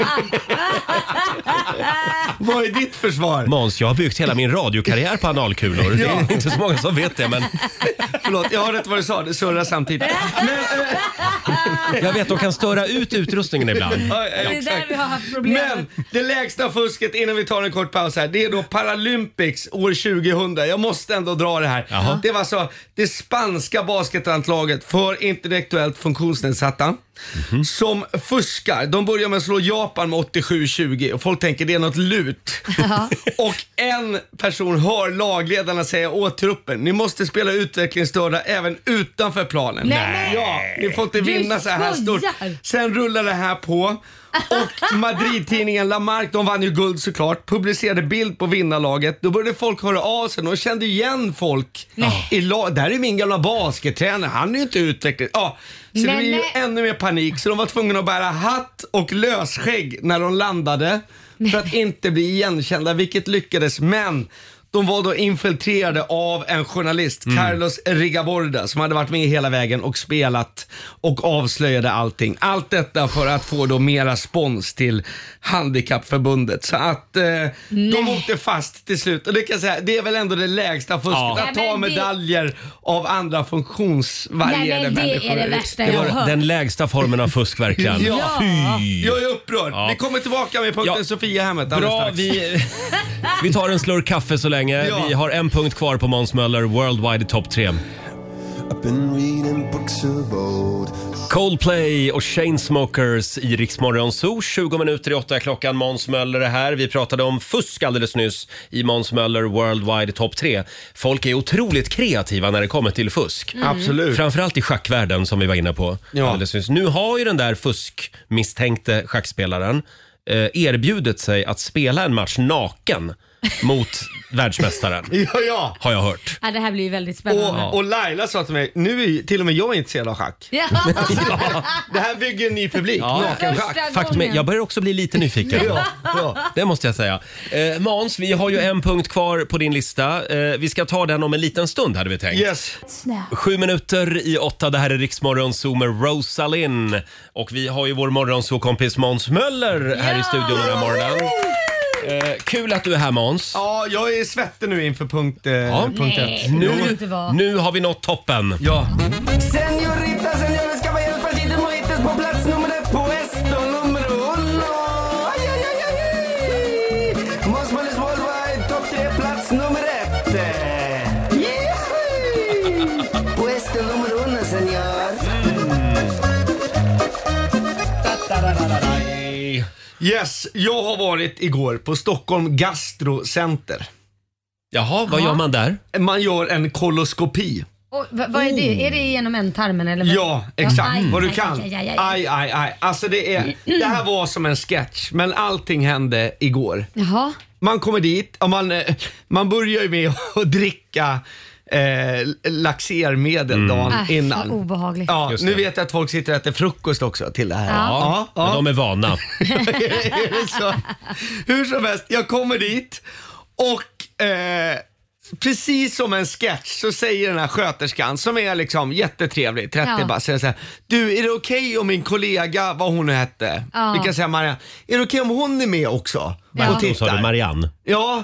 Vad är ditt försvar? Måns, jag har byggt hela min radiokarriär på analkulor. Det är inte så många som vet det, men... Förlåt, jag har rätt vad du sa, det surrar samtidigt. Jag vet, de kan störa ut utrustningen ibland. Det är där vi har haft problem. Men det lägsta fusket, innan vi tar en kort paus här, det är då Paralympics år 2000. Jag måste ändå dra det här. Det var så det spanska basketlandslaget för intellektuellt funktionsnedsatta. som fuskar. De börjar med att slå Japan med 87-20 och folk tänker det är något lut. Och en person hör lagledarna säga åt truppen, ni måste spela utvecklingsstörda även utanför planen. Nej. Ja, ni får inte vinna så här stort. Sen rullar det här på. Och Madrid-tidningen La Marque, de vann ju guld såklart, publicerade bild på vinnarlaget. Då började folk höra av sig och kände igen folk i lag. Det här är min gamla baskettränare, han är ju inte utvecklad. Ja, så det blev ju ännu mer panik. Så de var tvungna att bära hatt och lösskägg när de landade för att inte bli igenkända, vilket lyckades. Men de var då infiltrerade av en journalist, Carlos Rigaborda, som hade varit med hela vägen och spelat och avslöjade allting. Allt detta för att få då mera spons till Handikappförbundet. Så att de åkte fast till slut. Och det kan jag säga, det är väl ändå det lägsta fusket. Att ta medaljer av andra funktionsvarierade människor. Det är det värsta jag har hört. Den lägsta formen av fusk verkligen. Ja. Fy. Jag är upprörd. Vi kommer tillbaka med punkten Sofia-hemmet. Bra, vi tar en slurk kaffe så länge. Vi har en punkt kvar på Måns Möller Worldwide Top 3. Coldplay och Chainsmokers i Rix Morgon Zoo. 20 minuter i 8 klockan. Måns Möller är här. Vi pratade om fusk alldeles nyss i Måns Möller Worldwide Top 3. Folk är otroligt kreativa när det kommer till fusk. Absolut. Framförallt i schackvärlden som vi var inne på alldeles nyss. Nu har ju den där fuskmisstänkte schackspelaren erbjudit sig att spela en match naken mot världsmästaren. Ja. Har jag hört. Ja, det här blir ju väldigt spännande. Och Laila sa till mig, nu är till och med jag intresserad av schack. Ja. Det här bygger en ny publik, naken-schack. Faktum är, jag börjar också bli lite nyfiken. Det måste jag säga. Måns, vi har ju en punkt kvar på din lista. Vi ska ta den om en liten stund, hade vi tänkt. Yes. 7 minuter i 8, det här är Rix Morgon Zoo med Rosalind. Och vi har ju vår morgonzoo-kompis Måns Möller här i studion den här morgonen. Kul att du är här, Måns. Ja, jag är svettig nu inför punkt 1. Nu har vi nått toppen. Ja. Señorita, señores, caballeros, partidos mojitos på plats nummer 1 på Esto numero 1. Aj, aj, aj, aj. Måns Möllers Worldwide Top 3 plats nummer 1. På Esto numero 1, señor. Yes, jag har varit igår på Stockholm Gastrocenter. Jaha, vad gör man där? Man gör en koloskopi. Vad är det? Är det genom ändtarmen eller vad? Ja, exakt. Vad du kan. Aj. Alltså det här var som en sketch, men allting hände igår. Jaha. Man kommer dit och man börjar ju med att dricka laxermedel dagen innan. Så obehagligt. Ja, nu vet jag att folk sitter och äter frukost också till det här. Ja. Men de är vana. Så, hur som helst, jag kommer dit och precis som en sketch så säger den här sköterskan som är liksom jättetrevlig, 30 bara, säger så här: du, är det okej om min kollega, vad hon nu hette, vi kan säga Marianne, är det okej om hon är med också? Och tittar? Sa du Marianne? Ja.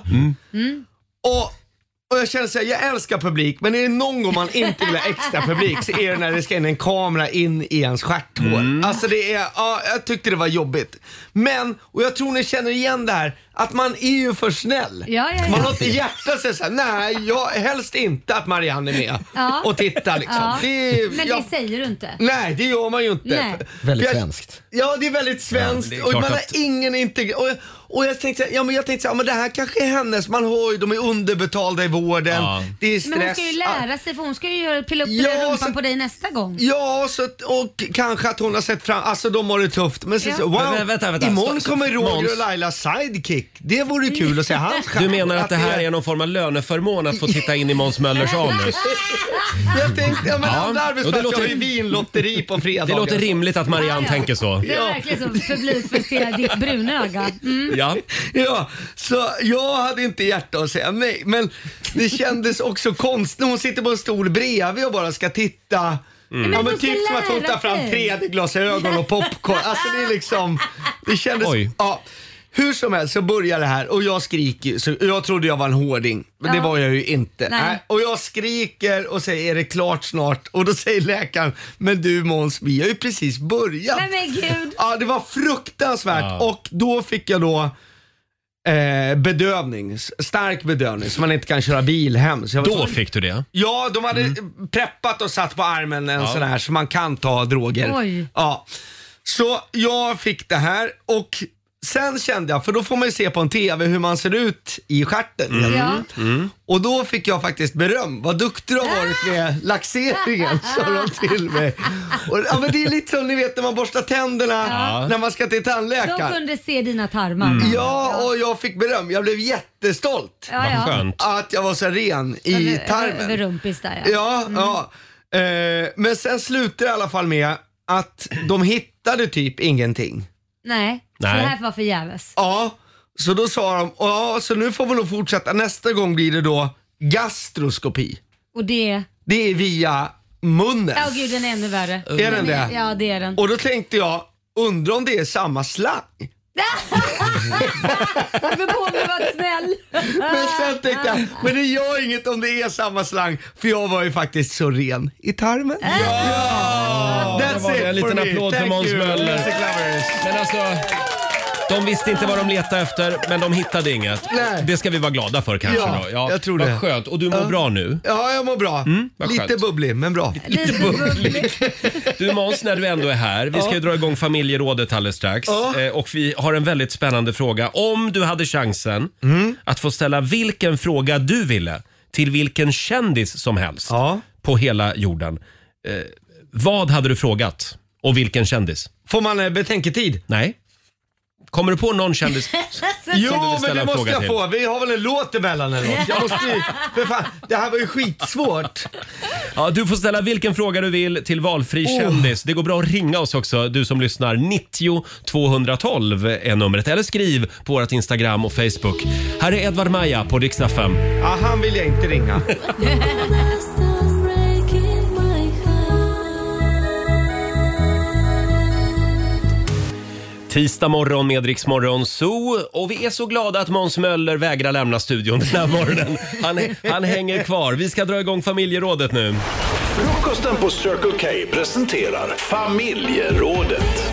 Och jag känner så här, jag älskar publik, men är det någon gång man inte vill ha extra publik så är det när det ska in en kamera in i ens stjärthår. Alltså det är, jag tyckte det var jobbigt. Men, och jag tror ni känner igen det här, att man är ju för snäll. Man har inte hjärtat sig såhär, nej, jag helst inte att Marianne är med och tittar liksom. Men det säger du inte. Nej, det gör man ju inte. Väldigt svenskt. Ja, det är väldigt svenskt. Ja, och man har ingen integritet. Och jag tänkte så här, men det här kanske är hennes, man har ju, de är underbetalda i vården. Det är stress. Men hon ska ju lära sig, för hon ska ju pilla upp rumpan på dig nästa gång. Ja, så, och kanske att hon har sett fram, alltså de har det tufft. Men så, wow, vänta. imorgon kommer Roger och Lailas sidekick. Det vore kul att se hans chans. Du menar att det här är någon form av löneförmån att få titta in i Måns Möllers anus? Jag tänkte, andra arbetsplatser har ju vinlotteri på fredag. Det låter rimligt att Marianne tänker så. Det är verkligen så publik för att se ditt bruna öga. Ja, så jag hade inte hjärta att säga nej. Men det kändes också konstigt när hon sitter på en stol bredvid och bara ska titta. Ja, men typ som att hon tar fram 3D-glasögon och popcorn. Alltså det är liksom, det kändes... Ja. Hur som helst så börjar det här och jag skriker, så jag trodde jag var en hårding, men det var jag ju inte. Nej. Och jag skriker och säger, är det klart snart? Och då säger läkaren, men du Måns, vi har ju precis börjat. Nej men gud. Ja, det var fruktansvärt. Och då fick jag då bedövning, stark bedövning så man inte kan köra bil hem. Så Då fick du det? Ja, de hade preppat och satt på armen en sån här så man kan ta droger. Oj. Ja. Så jag fick det här och sen kände jag, för då får man ju se på en TV hur man ser ut i stjärten. Och då fick jag faktiskt beröm. Vad duktig du har varit med laxeringen, sa de till mig. Och, ja, men det är lite som ni vet när man borstar tänderna när man ska till tandläkaren. De kunde se dina tarmar. Ja, och jag fick beröm. Jag blev jättestolt. Ja, ja. Vad skönt. Att jag var så ren i tarmen. Över rumpis där, ja. Ja. Men sen slutade det i alla fall med att de hittade typ ingenting. Nej, så det här var förgäves. Ja, så då sa de, så nu får vi nog fortsätta. Nästa gång blir det då gastroskopi. Och det är via munnen. Ja, gud, den är ännu värre. Är den det? Ja, det är den. Och då tänkte jag, undrar om det är samma slang. Men Bonnie var snäll. Men sen tänkte jag, men det gör inget om det är samma slang, för jag var ju faktiskt så ren i tarmen. Ja! Det var en liten applåd för Måns Möller. Men alltså, de visste inte vad de letade efter, men de hittade inget. Nej. Det ska vi vara glada för kanske då. Ja, jag tror vad det. Skönt. Och du mår bra nu? Ja, jag mår bra. Lite skönt. bubblig, men bra. Lite bubblig. Du Måns, när du ändå är här, vi ska ju dra igång familjerådet alldeles strax. Och vi har en väldigt spännande fråga. Om du hade chansen att få ställa vilken fråga du ville till vilken kändis som helst på hela jorden. Vad hade du frågat? Och vilken kändis? Får man betänketid? Nej. Kommer du på någon kändis Jo, men det måste jag få. Vi har väl en låt emellan eller något. Jag måste ju, för fan, det här var ju skitsvårt. Ja, du får ställa vilken fråga du vill till valfri kändis. Det går bra att ringa oss också, du som lyssnar. 90 212 är numret. Eller skriv på vårt Instagram och Facebook. Här är Edvard Maja på Rix FM. Ja, han vill jag inte ringa. Tisdag morgon med Rix Morgon Zoo. Och vi är så glada att Måns Möller vägrar lämna studion den här morgonen. Han hänger kvar. Vi ska dra igång familjerådet nu. Frukosten på Circle K presenterar familjerådet.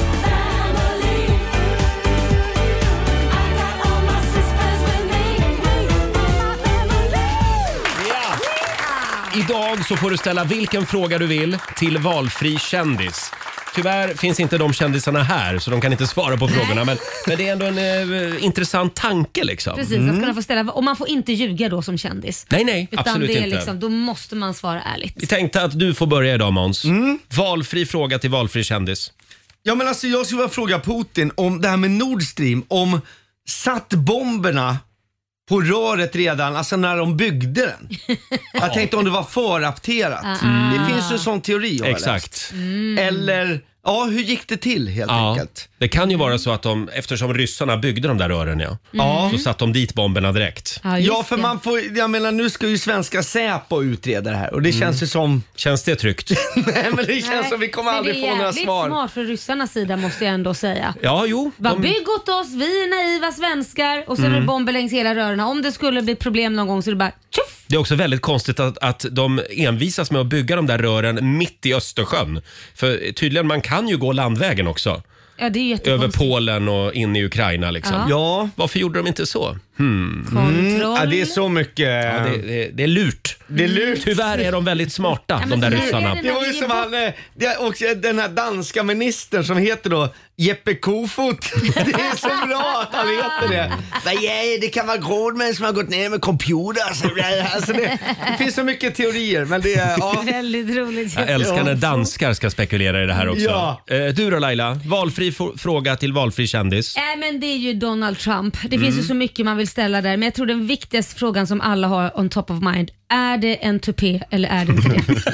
Idag så får du ställa vilken fråga du vill till valfri kändis. Tyvärr finns inte de kändisarna här så de kan inte svara på frågorna, men det är ändå en intressant tanke liksom. Precis, att kunna få ställa, och man får inte ljuga då som kändis. Nej, utan absolut det är inte. liksom, då måste man svara ärligt. Vi tänkte att du får börja idag, Måns. Valfri fråga till valfri kändis. Ja, men alltså jag skulle vilja fråga Putin om det här med Nord Stream, om satt bomberna på röret redan, alltså när de byggde den. Jag tänkte om det var förapterat. Det finns ju en sån teori. Exakt. Eller, ja, hur gick det till helt enkelt? Det kan ju vara så att eftersom ryssarna byggde de där rören, så satt de dit bomberna direkt. Ja, för man får, jag menar, nu ska ju svenska Säpo utreda det här och det känns ju som... Känns det tryggt? Nej, men det känns som vi kommer aldrig få några svar. Det är smart för ryssarnas sida, måste jag ändå säga. Ja, jo. Bygg åt oss, vi är naiva svenskar, och så är det bomber längs hela rörerna. Om det skulle bli problem någon gång så är det bara tjuff! Det är också väldigt konstigt att de envisas med att bygga de där rören mitt i Östersjön. För tydligen, man kan ju gå landvägen också. Ja, det är över Polen och in i Ukraina liksom. Ja. Varför gjorde de inte så? Ja, det är så mycket... Ja, det är lurt. Det är lurt. Tyvärr är de väldigt smarta, de där ryssarna. Det var ju som den här danska ministern som heter då Jeppe Kofot. Det är så bra att han heter det. Ja, det kan vara grådmän som har gått ner med computer. Alltså det finns så mycket teorier, men det är... Väldigt roligt. Jag älskar när danskar ska spekulera i det här också. Ja. Du då Laila, valfri fråga till valfri kändis. Men det är ju Donald Trump. Det finns ju så mycket man vill ställa där, men jag tror den viktigaste frågan som alla har on top of mind, är det en tupé eller är det inte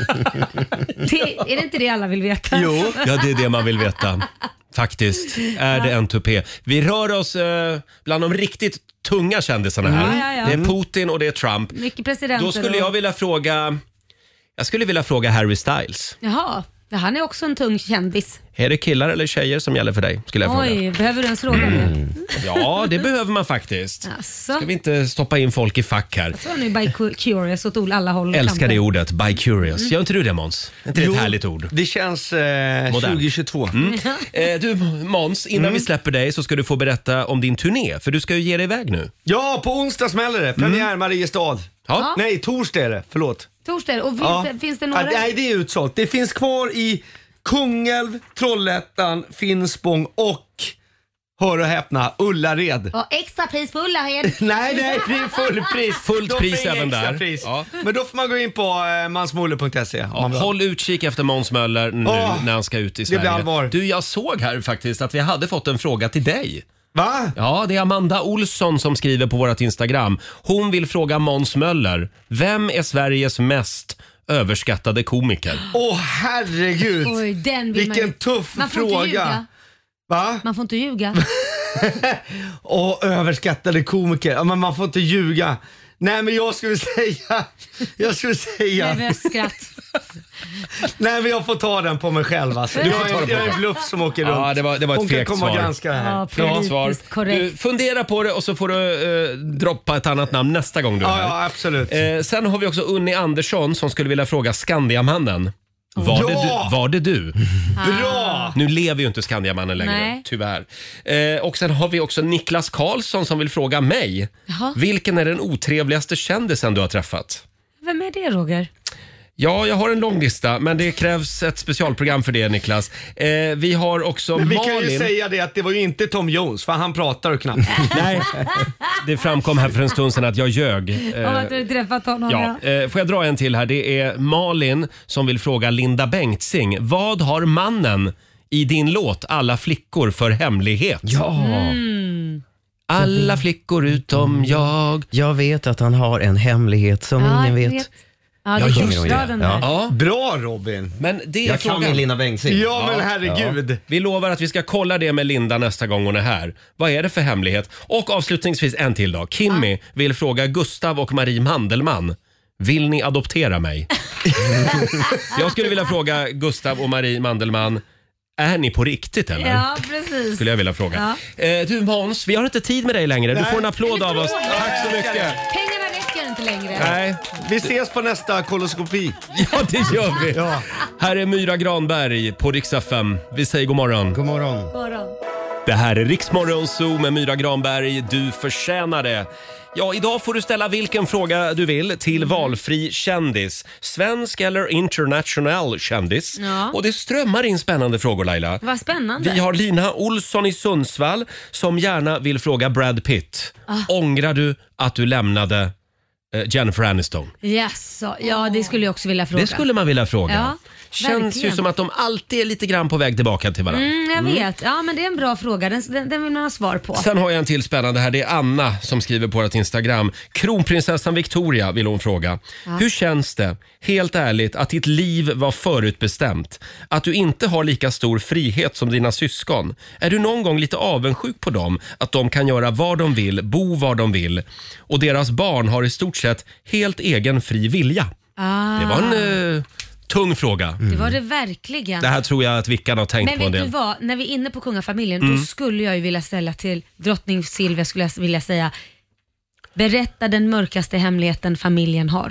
det? Är det inte det alla vill veta? Jo, ja, det är det man vill veta. Faktiskt, är det en tupé. Vi rör oss bland de riktigt tunga kändisarna här. Ja. Det är Putin och det är Trump. Mycket presidenter. Då skulle jag vilja fråga Harry Styles. Jaha. Han är också en tung kändis. Är det killar eller tjejer som gäller för dig? Skulle jag fråga. Oj, behöver du ens fråga det? Ja, det behöver man faktiskt. Alltså. Ska vi inte stoppa in folk i fack här? Jag tror ni är bi-curious åt alla håll. Älskar det ordet, bi-curious. Gör inte du det, Måns? Är inte det ett härligt ord? Det känns 2022. Du Måns, innan vi släpper dig så ska du få berätta om din turné. För du ska ju ge dig iväg nu. Ja, på onsdag smäller det. Premiär Mariestad. Ja. Nej, torsdag är det. Förlåt. Torsdag. Och finns det några? Nej, det är utsålt. Det finns kvar i Kungälv, Trollhättan, Finspång och, hör och häpna, Ullared. Och extra pris på Ullared. Nej, det är fullpris. Fullt pris även där. Ja. Men då får man gå in på mansmolle.se. Håll utkik efter Måns Möller nu när han ska ut i Sverige. Det blir allvar. Du, jag såg här faktiskt att vi hade fått en fråga till dig. Va? Ja, det är Amanda Olsson som skriver på vårt Instagram. Hon vill fråga Måns Möller: vem är Sveriges mest överskattade komiker? Herregud. Oj, vilken tuff man får fråga. Inte ljuga. Va? Man får inte ljuga. Överskattade komiker. Ja, men man får inte ljuga. Nej, men jag skulle säga. Nervös skratt. Nej, men jag får ta den på mig själv alltså. Jag är en bluff som åker runt. Ja, det var ett hon fegt kan komma och svar. granska det här. Ja, politiskt korrekt. Du, fundera på det och så får du droppa ett annat namn nästa gång du är här. Ja, absolut. Sen har vi också Unni Andersson som skulle vilja fråga Skandiamannen. Var det du? Bra! Nu lever ju inte Skandiamannen längre, Nej. tyvärr. Och sen har vi också Niklas Karlsson som vill fråga mig. Jaha. Vilken är den otrevligaste kändisen du har träffat? Vem är det, Roger? Ja, jag har en lång lista, men det krävs ett specialprogram för det, Niklas. Vi har också Men vi Malin. kan ju säga det att det var ju inte Tom Jones, för han pratar ju knappt. Nej, det framkom här för en stund sedan att jag ljög. Om att du träffat honom. Ja, får jag dra en till här? Det är Malin som vill fråga Linda Bengtzing. Vad har mannen i din låt Alla flickor för hemlighet? Ja. Alla flickor utom jag. Jag vet att han har en hemlighet som ingen vet. Ja, Ja, det just är det. den där. Ja. Bra, Robin. Men det är Jag kan frågan. min Linda Bengtzing. Ja, men herregud. Vi lovar att vi ska kolla det med Linda nästa gång hon är här. Vad är det för hemlighet? Och avslutningsvis en till då. Kimmy vill fråga Gustav och Marie Mandelmann. Vill ni adoptera mig? Jag skulle vilja fråga Gustav och Marie Mandelmann. Är ni på riktigt eller? Ja, precis. Skulle jag vilja fråga. Du Måns, vi har inte tid med dig längre. Du får en applåd av oss. Tack så mycket. Pengarna räcker inte längre. Nej. Vi ses på nästa koloskopi. Ja, det gör vi. Ja. Här är Myra Granberg på Rix FM. Vi säger god morgon. God morgon. Morgon. Det här är Rix Morgon Zoo med Myra Granberg. Du förtjänar det. Ja, idag får du ställa vilken fråga du vill till valfri kändis. Svensk eller international kändis. Ja. Och det strömmar in spännande frågor, Laila. Vad spännande. Vi har Lina Olsson i Sundsvall som gärna vill fråga Brad Pitt. Ångrar du att du lämnade Jennifer Aniston? Yes, ja, det skulle jag också vilja fråga. Det skulle man vilja fråga. Ja, Känns verkligen. ju som att de alltid är lite grann på väg tillbaka till varandra. Jag vet. Ja, men det är en bra fråga. Den vill man ha svar på. Sen har jag en till spännande här. Det är Anna som skriver på vårt Instagram. Kronprinsessan Victoria vill hon fråga. Hur känns det, helt ärligt, att ditt liv var förutbestämt? Att du inte har lika stor frihet som dina syskon? Är du någon gång lite avundsjuk på dem? Att de kan göra vad de vill, bo var de vill. Och deras barn har i stort sett helt egen fri vilja. Det var en tung fråga. Det var det verkligen. Det här tror jag att Vickan har tänkt Men på en vet del. du vad? När vi är inne på kungafamiljen, då skulle jag ju vilja ställa till drottning Silvia, skulle jag vilja säga. Berätta den mörkaste hemligheten familjen har.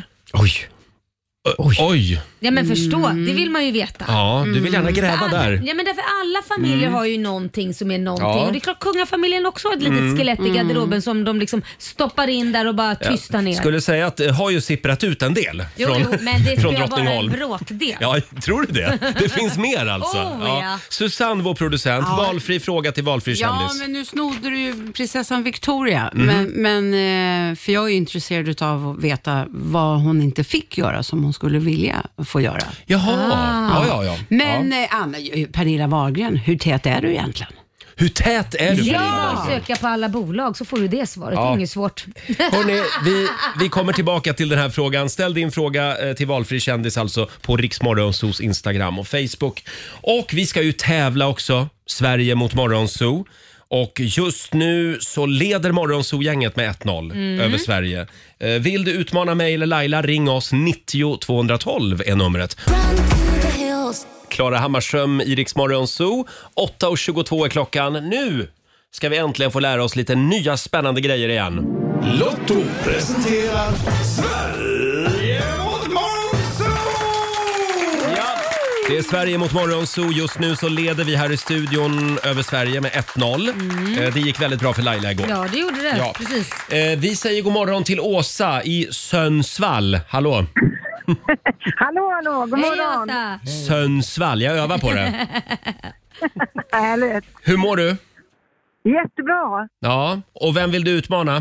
Oj. Ja, men förstå, det vill man ju veta. Ja, du vill gärna gräva där. Ja, men därför alla familjer har ju någonting som är någonting. Ja. Och det är klart kungafamiljen också har ett litet skelett i garderoben som de liksom stoppar in där och bara tystar ner. Skulle säga att det har ju sipprat ut en del Jo, från, men det från ska bara en Drottningholm. bråkdel. Ja, tror du det? Det finns mer alltså. Ja. Susanne, vår producent, valfri fråga till valfri Ja, kändis. men nu snodde du ju prinsessan Victoria. Men för jag är ju intresserad av att veta vad hon inte fick göra som hon skulle vilja få göra. Jaha, ja. Men Anna, Pernilla Wahlgren, hur tät är du egentligen? Hur tät är du? Ja, söka på alla bolag så får du det svaret. Det är inget svårt. Hörrni, vi kommer tillbaka till den här frågan. Ställ din fråga till valfri kändis alltså på Rix Morgonzoos Instagram och Facebook. Och vi ska ju tävla också, Sverige mot Morgonzoo. Och just nu så leder Morgonzoo-gänget med 1-0 över Sverige. Vill du utmana mig eller Laila, ring oss. 90 212 är numret. Klara Hammarström i Rix Morgon Zoo. 8:22 är klockan. Nu ska vi äntligen få lära oss lite nya spännande grejer igen. Lotto presenterar Sverige mot Morgonzoo! Ja, det är Sverige mot Morgonzoo. Just nu så leder vi här i studion över Sverige med 1-0. Det gick väldigt bra för Laila igår. Ja, det gjorde det. Ja. Precis. Vi säger god morgon till Åsa i Sundsvall. Hallå! Hallå, god morgon. Hej, Sundsvall, jag övar på det. Härligt. Hur mår du? Jättebra. Ja, och vem vill du utmana?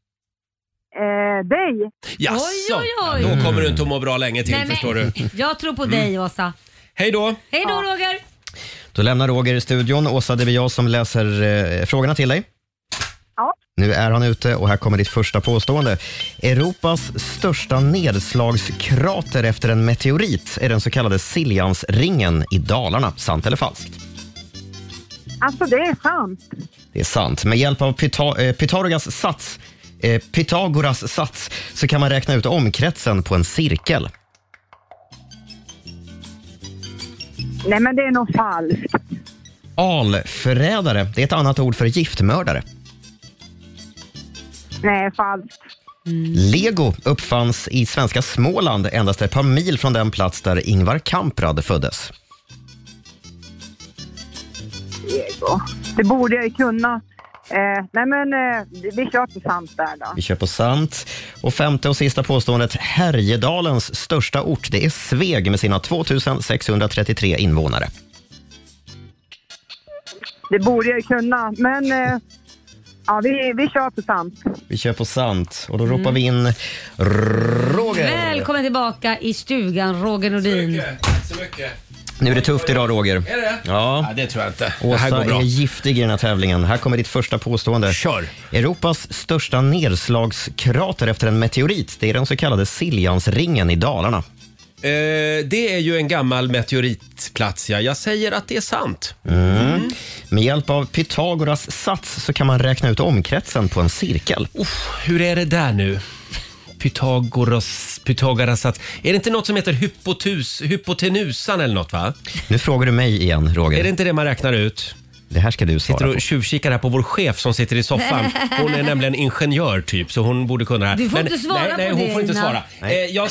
Dig. Jaså, Oj. då kommer du inte att må bra länge till, förstår du. Jag tror på dig, Åsa. Hej då. Hej då, Roger. Då lämnar Roger i studion. Åsa, det är jag som läser frågorna till dig. Ja. Nu är han ute och här kommer ditt första påstående. Europas största nedslagskrater efter en meteorit är den så kallade Siljansringen i Dalarna. Sant eller falskt? Alltså, det är sant. Det är sant. Med hjälp av Pythagoras sats så kan man räkna ut omkretsen på en cirkel. Nej, men det är nog falskt. Alförrädare, det är ett annat ord för giftmördare. Nej, falskt. Lego uppfanns i svenska Småland endast ett par mil från den plats där Ingvar Kamprad föddes. Lego. Det borde jag ju kunna. Vi kör på sant där då. Vi kör på sant. Och femte och sista påståendet. Härjedalens största ort, det är Sveg med sina 2633 invånare. Det borde jag ju kunna, men vi kör på sant. Vi kör på sant. Och då ropar vi in Roger. Välkommen tillbaka i stugan, Roger Nordin. Tack så mycket. Nu är det tufft idag, Roger. Är det? Ja, det tror jag inte. Åsa är giftig i den här tävlingen. Här kommer ditt första påstående. Kör. Europas största nedslagskrater efter en meteorit, det är den så kallade Siljansringen i Dalarna. Det är ju en gammal meteoritplats, ja. Jag säger att det är sant. Med hjälp av Pythagoras sats så kan man räkna ut omkretsen på en cirkel. Hur är det där nu? Pythagoras sats. Är det inte något som heter hypotenusan eller något, va? Nu frågar du mig igen, Roger. Är det inte det man räknar ut? Det här ska du svara sitter och på. Tjuvkikar här på vår chef som sitter i soffan. Hon är nämligen ingenjör typ, så hon borde kunna det här. Du får inte svara på nej, det, hon får inte svara. Jag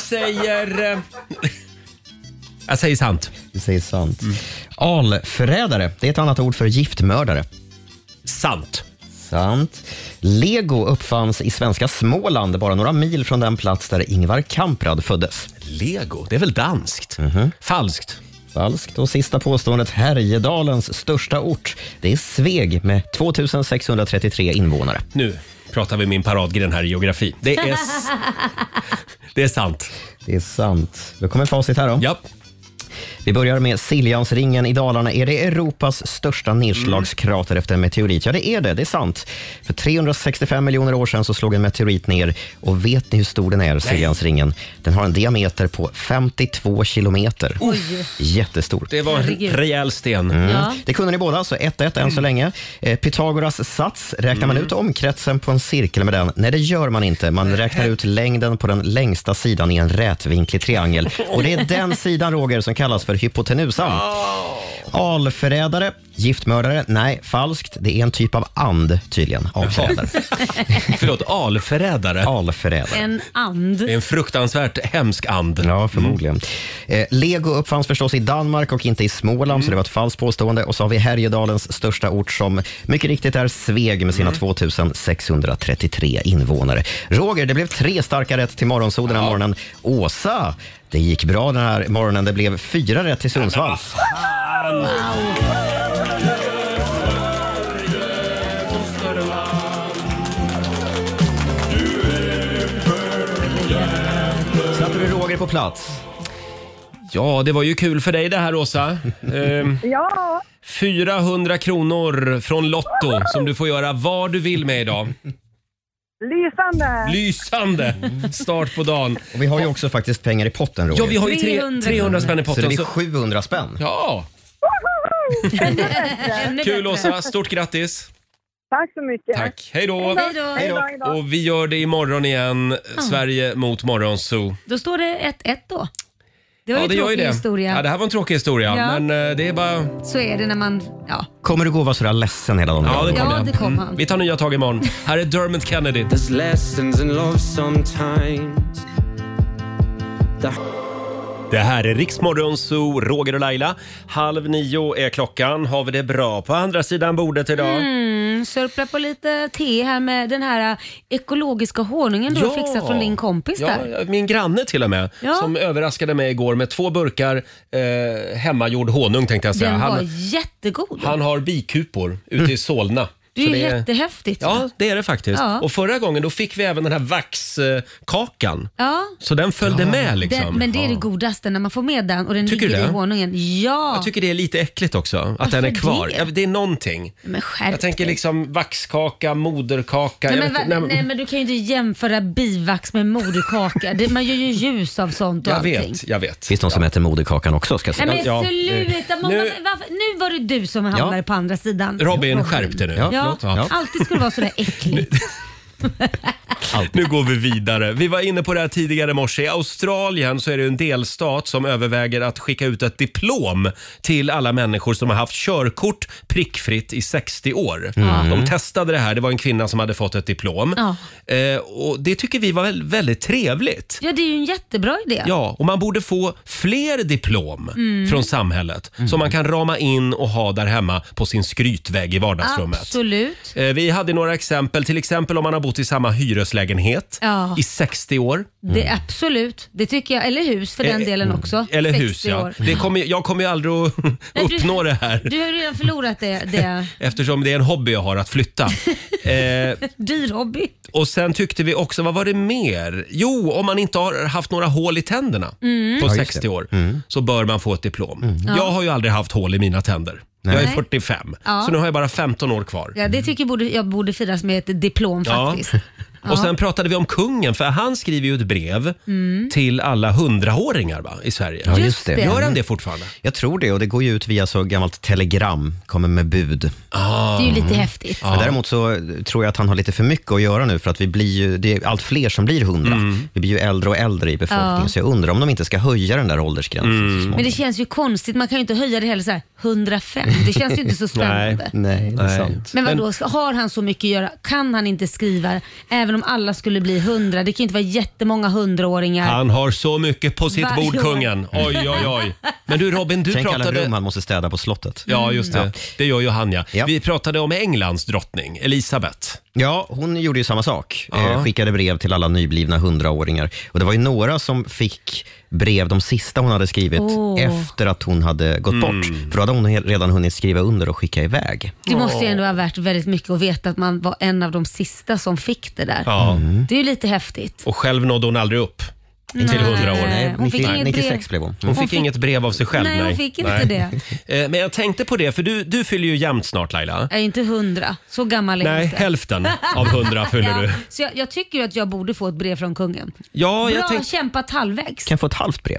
säger sant. Du säger sant. Alförrädare, det är ett annat ord för giftmördare. Sant. Sant. Lego uppfanns i svenska Småland, bara några mil från den plats där Ingvar Kamprad föddes. Lego, det är väl danskt? Falskt. Falskt. Och sista påståendet, Härjedalens största ort, det är Sveg med 2633 invånare. Nu pratar vi min paradgren här i geografi. Det är sant. Det är sant. Då kommer facit här då. Ja. Vi börjar med Siljansringen i Dalarna. Är det Europas största nedslagskrater efter en meteorit? Ja, det är det. Det är sant. För 365 miljoner år sedan så slog en meteorit ner. Och vet ni hur stor den är, Siljansringen? Den har en diameter på 52 kilometer. Oj. Jättestor. Det var en rejäl sten. Ja. Det kunde ni båda, så 1-1 än så länge. Pythagoras sats, räknar man ut omkretsen på en cirkel med den? Nej, det gör man inte. Man räknar ut längden på den längsta sidan i en rätvinklig triangel. Och det är den sidan, Roger, som kallas för hypotenusan. Alförrädare, giftmördare, nej, falskt. Det är en typ av and tydligen, alförrädare. Förlåt, alförrädare? Alförrädare. En and. Det är en fruktansvärt hemsk and. Ja, förmodligen. Lego uppfanns förstås i Danmark och inte i Småland, så det var ett falskt påstående. Och så har vi Härjedalens största ort som mycket riktigt är Sveg med sina 2633 invånare. Roger, det blev 3 starka rätt till Morgonzoo den här morgonen. Åsa, det gick bra den här morgonen. Det blev 4 rätt till Sundsvall. Satte du Roger på plats? Ja, det var ju kul för dig det här, Åsa. Ja. 400 kronor från Lotto som du får göra vad du vill med idag. Lysande. Lysande start på dagen. Och vi har ju också faktiskt pengar i potten, Roger. Ja, vi har ju 300 spänn i potten. Så det är 700 spänn. Ja. Kul, Åsa. Stort grattis. Tack så mycket. Tack. Hej då. Hej då. Och vi gör det imorgon igen. Sverige mot Morgonzoo. Då står det 1-1 då. Det var ju en tråkig historia. Ja, det här var en tråkig historia, Ja. men det är bara... Så är det när man... Ja, Kommer du gå och vara sådär ledsen hela dagen? Ja, det kommer jag. det kommer han. Vi tar nya tag imorgon. Här är Dermot Kennedy. There's lessons in love sometimes. Det här är Riksmorgon Zoo, Roger och Laila. 8:30 är klockan. Har vi det bra på andra sidan bordet idag? Sörpla på lite te här med den här ekologiska honungen du har fixat från din kompis där. Ja, min granne till och med. Ja. Som överraskade mig igår med 2 burkar hemmagjord honung tänkte jag säga. Den var jättegod. Han har bikupor ute i Solna. Det är Så ju jättehäftigt. Ja, det är det faktiskt. Ja. Och förra gången då fick vi även den här vaxkakan. Ja. Så den följde med liksom. Men det är det godaste när man får med den och den Tycker ligger du i det? honungen. Ja. Jag tycker det är lite äckligt också att Varför den är kvar. det? Ja, det är någonting. Men skärp Jag tänker dig. liksom vaxkaka, moderkaka. Nej, Jag vet inte, nej men du kan ju inte jämföra bivax med moderkaka. Man gör ju ljus av sånt och allting. Jag vet. Finns det någon som äter moderkakan också? Ska jag Nej säga. men sluta. Nu var det du som hamnade på andra sidan. Robin, skärp dig nu. Ja, Ja. alltid skulle vara sådär äckligt. Nu går vi vidare. Vi var inne på det här tidigare i morse. I Australien så är det en delstat som överväger att skicka ut ett diplom till alla människor som har haft körkort prickfritt i 60 år. De testade det här. Det var en kvinna som hade fått ett diplom. Och det tycker vi var väldigt trevligt. Ja, det är ju en jättebra idé. Ja, och man borde få fler diplom från samhället som man kan rama in och ha där hemma på sin skrytvägg i vardagsrummet. Absolut. Vi hade några exempel, till exempel om man har bott i samma hyreslägenhet i 60 år. Det är absolut, det tycker jag. Eller hus för den delen också. Eller 60 hus, ja. år. Jag kommer ju aldrig att uppnå det här. Du har ju redan förlorat det. Eftersom det är en hobby jag har att flytta. Dyr hobby. Och sen tyckte vi också, vad var det mer? Jo, om man inte har haft några hål i tänderna på 60 år så bör man få ett diplom. Jag har ju aldrig haft hål i mina tänder. Jag är 45, så nu har jag bara 15 år kvar. Ja, det tycker jag borde firas med ett diplom faktiskt. Och sen pratade vi om kungen, för han skriver ju ett brev till alla 100-åringar i Sverige. Ja, just det. Gör han det fortfarande? Jag tror det, och det går ju ut via så gammalt telegram, kommer med bud. Det är ju lite häftigt. Men däremot så tror jag att han har lite för mycket att göra nu, för att det är allt fler som blir 100. Vi blir ju äldre och äldre i befolkningen, så jag undrar om de inte ska höja den där åldersgränsen. Men det känns ju konstigt, man kan ju inte höja det heller så här 105. Det känns ju inte så spännande. Nej, det är sant. Men vadå, har han så mycket att göra? Kan han inte skriva, även om alla skulle bli 100? Det kan inte vara jättemånga 100-åringar. Han har så mycket på sitt bord, kungen. Oj. Men du Robin, du Tänk pratade... alla rum han måste städa på slottet. Ja, just det. Det gör ju han, ja. Vi pratade om Englands drottning, Elisabeth. Ja, hon gjorde ju samma sak. Skickade brev till alla nyblivna 100-åringar. Och det var ju några som fick brev, de sista hon hade skrivit efter att hon hade gått bort. För då hade hon redan hunnit skriva under och skicka iväg. Det måste ju ändå ha varit väldigt mycket att veta att man var en av de sista som fick det där. Det är ju lite häftigt. Och själv nådde hon aldrig upp till 100 år. Nej, 96 blev hon. Hon fick inget brev av sig själv. Nej, hon fick inte det. Men jag tänkte på det, för du fyller ju jämnt snart, Laila. Jag är inte 100, så gammal är jag inte. Nej, hälften av 100 fyller du. Så jag tycker ju att jag borde få ett brev från kungen. Ja, Bra kämpat halvvägs. Kan jag få ett halvt brev?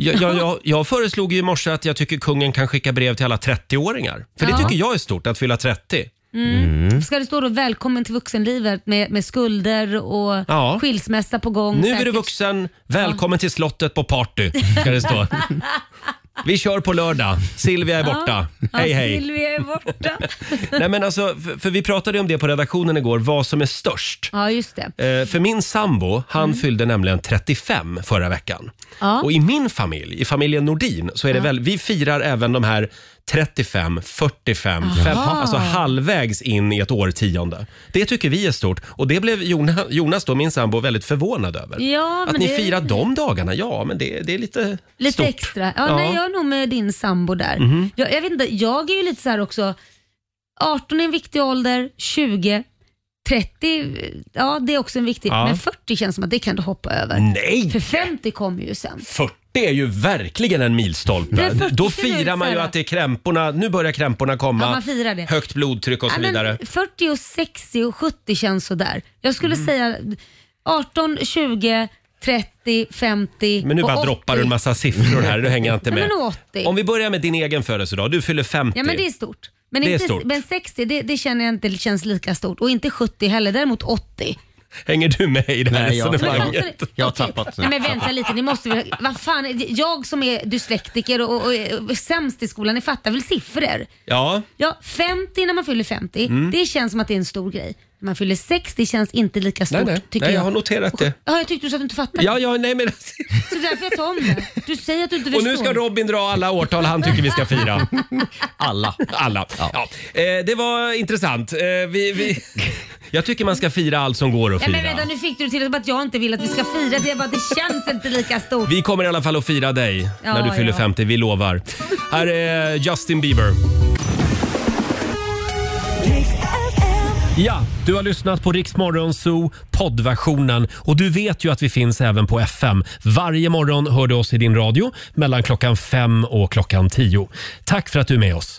Jag föreslog ju i morse att jag tycker kungen kan skicka brev till alla 30-åringar. För det tycker jag är stort, att fylla 30. Ska det stå då välkommen till vuxenlivet med skulder och skilsmässa på gång? Nu säkert. är du vuxen, välkommen till slottet på party, ska det stå. Vi kör på lördag. Silvia är borta. Hej. Silvia är borta. Nej, men alltså, för vi pratade om det på redaktionen igår, vad som är störst. Ja, just det. För min sambo, han fyllde nämligen 35 förra veckan. Och i min familj, i familjen Nordin, så är det väl, vi firar även de här 35, 45, 50, alltså halvvägs in i ett årtionde. Det tycker vi är stort. Och det blev Jonas då, min sambo, väldigt förvånad över. Ja, att ni firar de dagarna, men det är lite stort. Extra. Ja, nej, jag är nog med din sambo där. Jag vet inte, jag är ju lite så här också, 18 är en viktig ålder, 20, 30, det är också en viktig, men 40 känns som att det kan du hoppa över. Nej! För 50 kommer ju sen. 40 är ju verkligen en milstolpe. Då firar man ju att det är krämporna, nu börjar krämporna komma. Ja, man firar det. Högt blodtryck och så vidare. 40 och 60 och 70 känns så där. Jag skulle säga 18, 20, 30, 50 Men nu bara 80. droppar du en massa siffror här, du hänger inte med. Men 80. Om vi börjar med din egen födelsedag, du fyller 50. Ja, men det är stort. Men, det är inte, stort. Men 60, det känner jag inte känns lika stort. Och inte 70 heller, däremot 80. Hänger du med i det här resonemanget? Jag har tappat nu. Nej, men vänta lite, ni måste väl... Vad fan, jag som är dyslektiker och sämst i skolan, ni fattar väl siffror? Ja. Ja, 50 när man fyller 50, det känns som att det är en stor grej. När man fyller 60 känns inte lika stort, tycker jag har noterat det. Ja, jag tyckte du sa att du inte fattar. Ja, nej men... Så därför jag tar om det. Du säger att du inte förstår. Och nu ska Robin dra alla årtal han tycker vi ska fira. Alla. Ja. Det var intressant. Jag tycker man ska fira allt som går att fira. Men vänta, nu fick du till att jag inte vill att vi ska fira. Det känns inte lika stort. Vi kommer i alla fall att fira dig när du fyller 50, vi lovar. Här är Justin Bieber. Ja, du har lyssnat på Rix Morgon Zoo poddversionen och du vet ju att vi finns även på FM. Varje morgon hör du oss i din radio mellan klockan 5 och klockan 10. Tack för att du är med oss.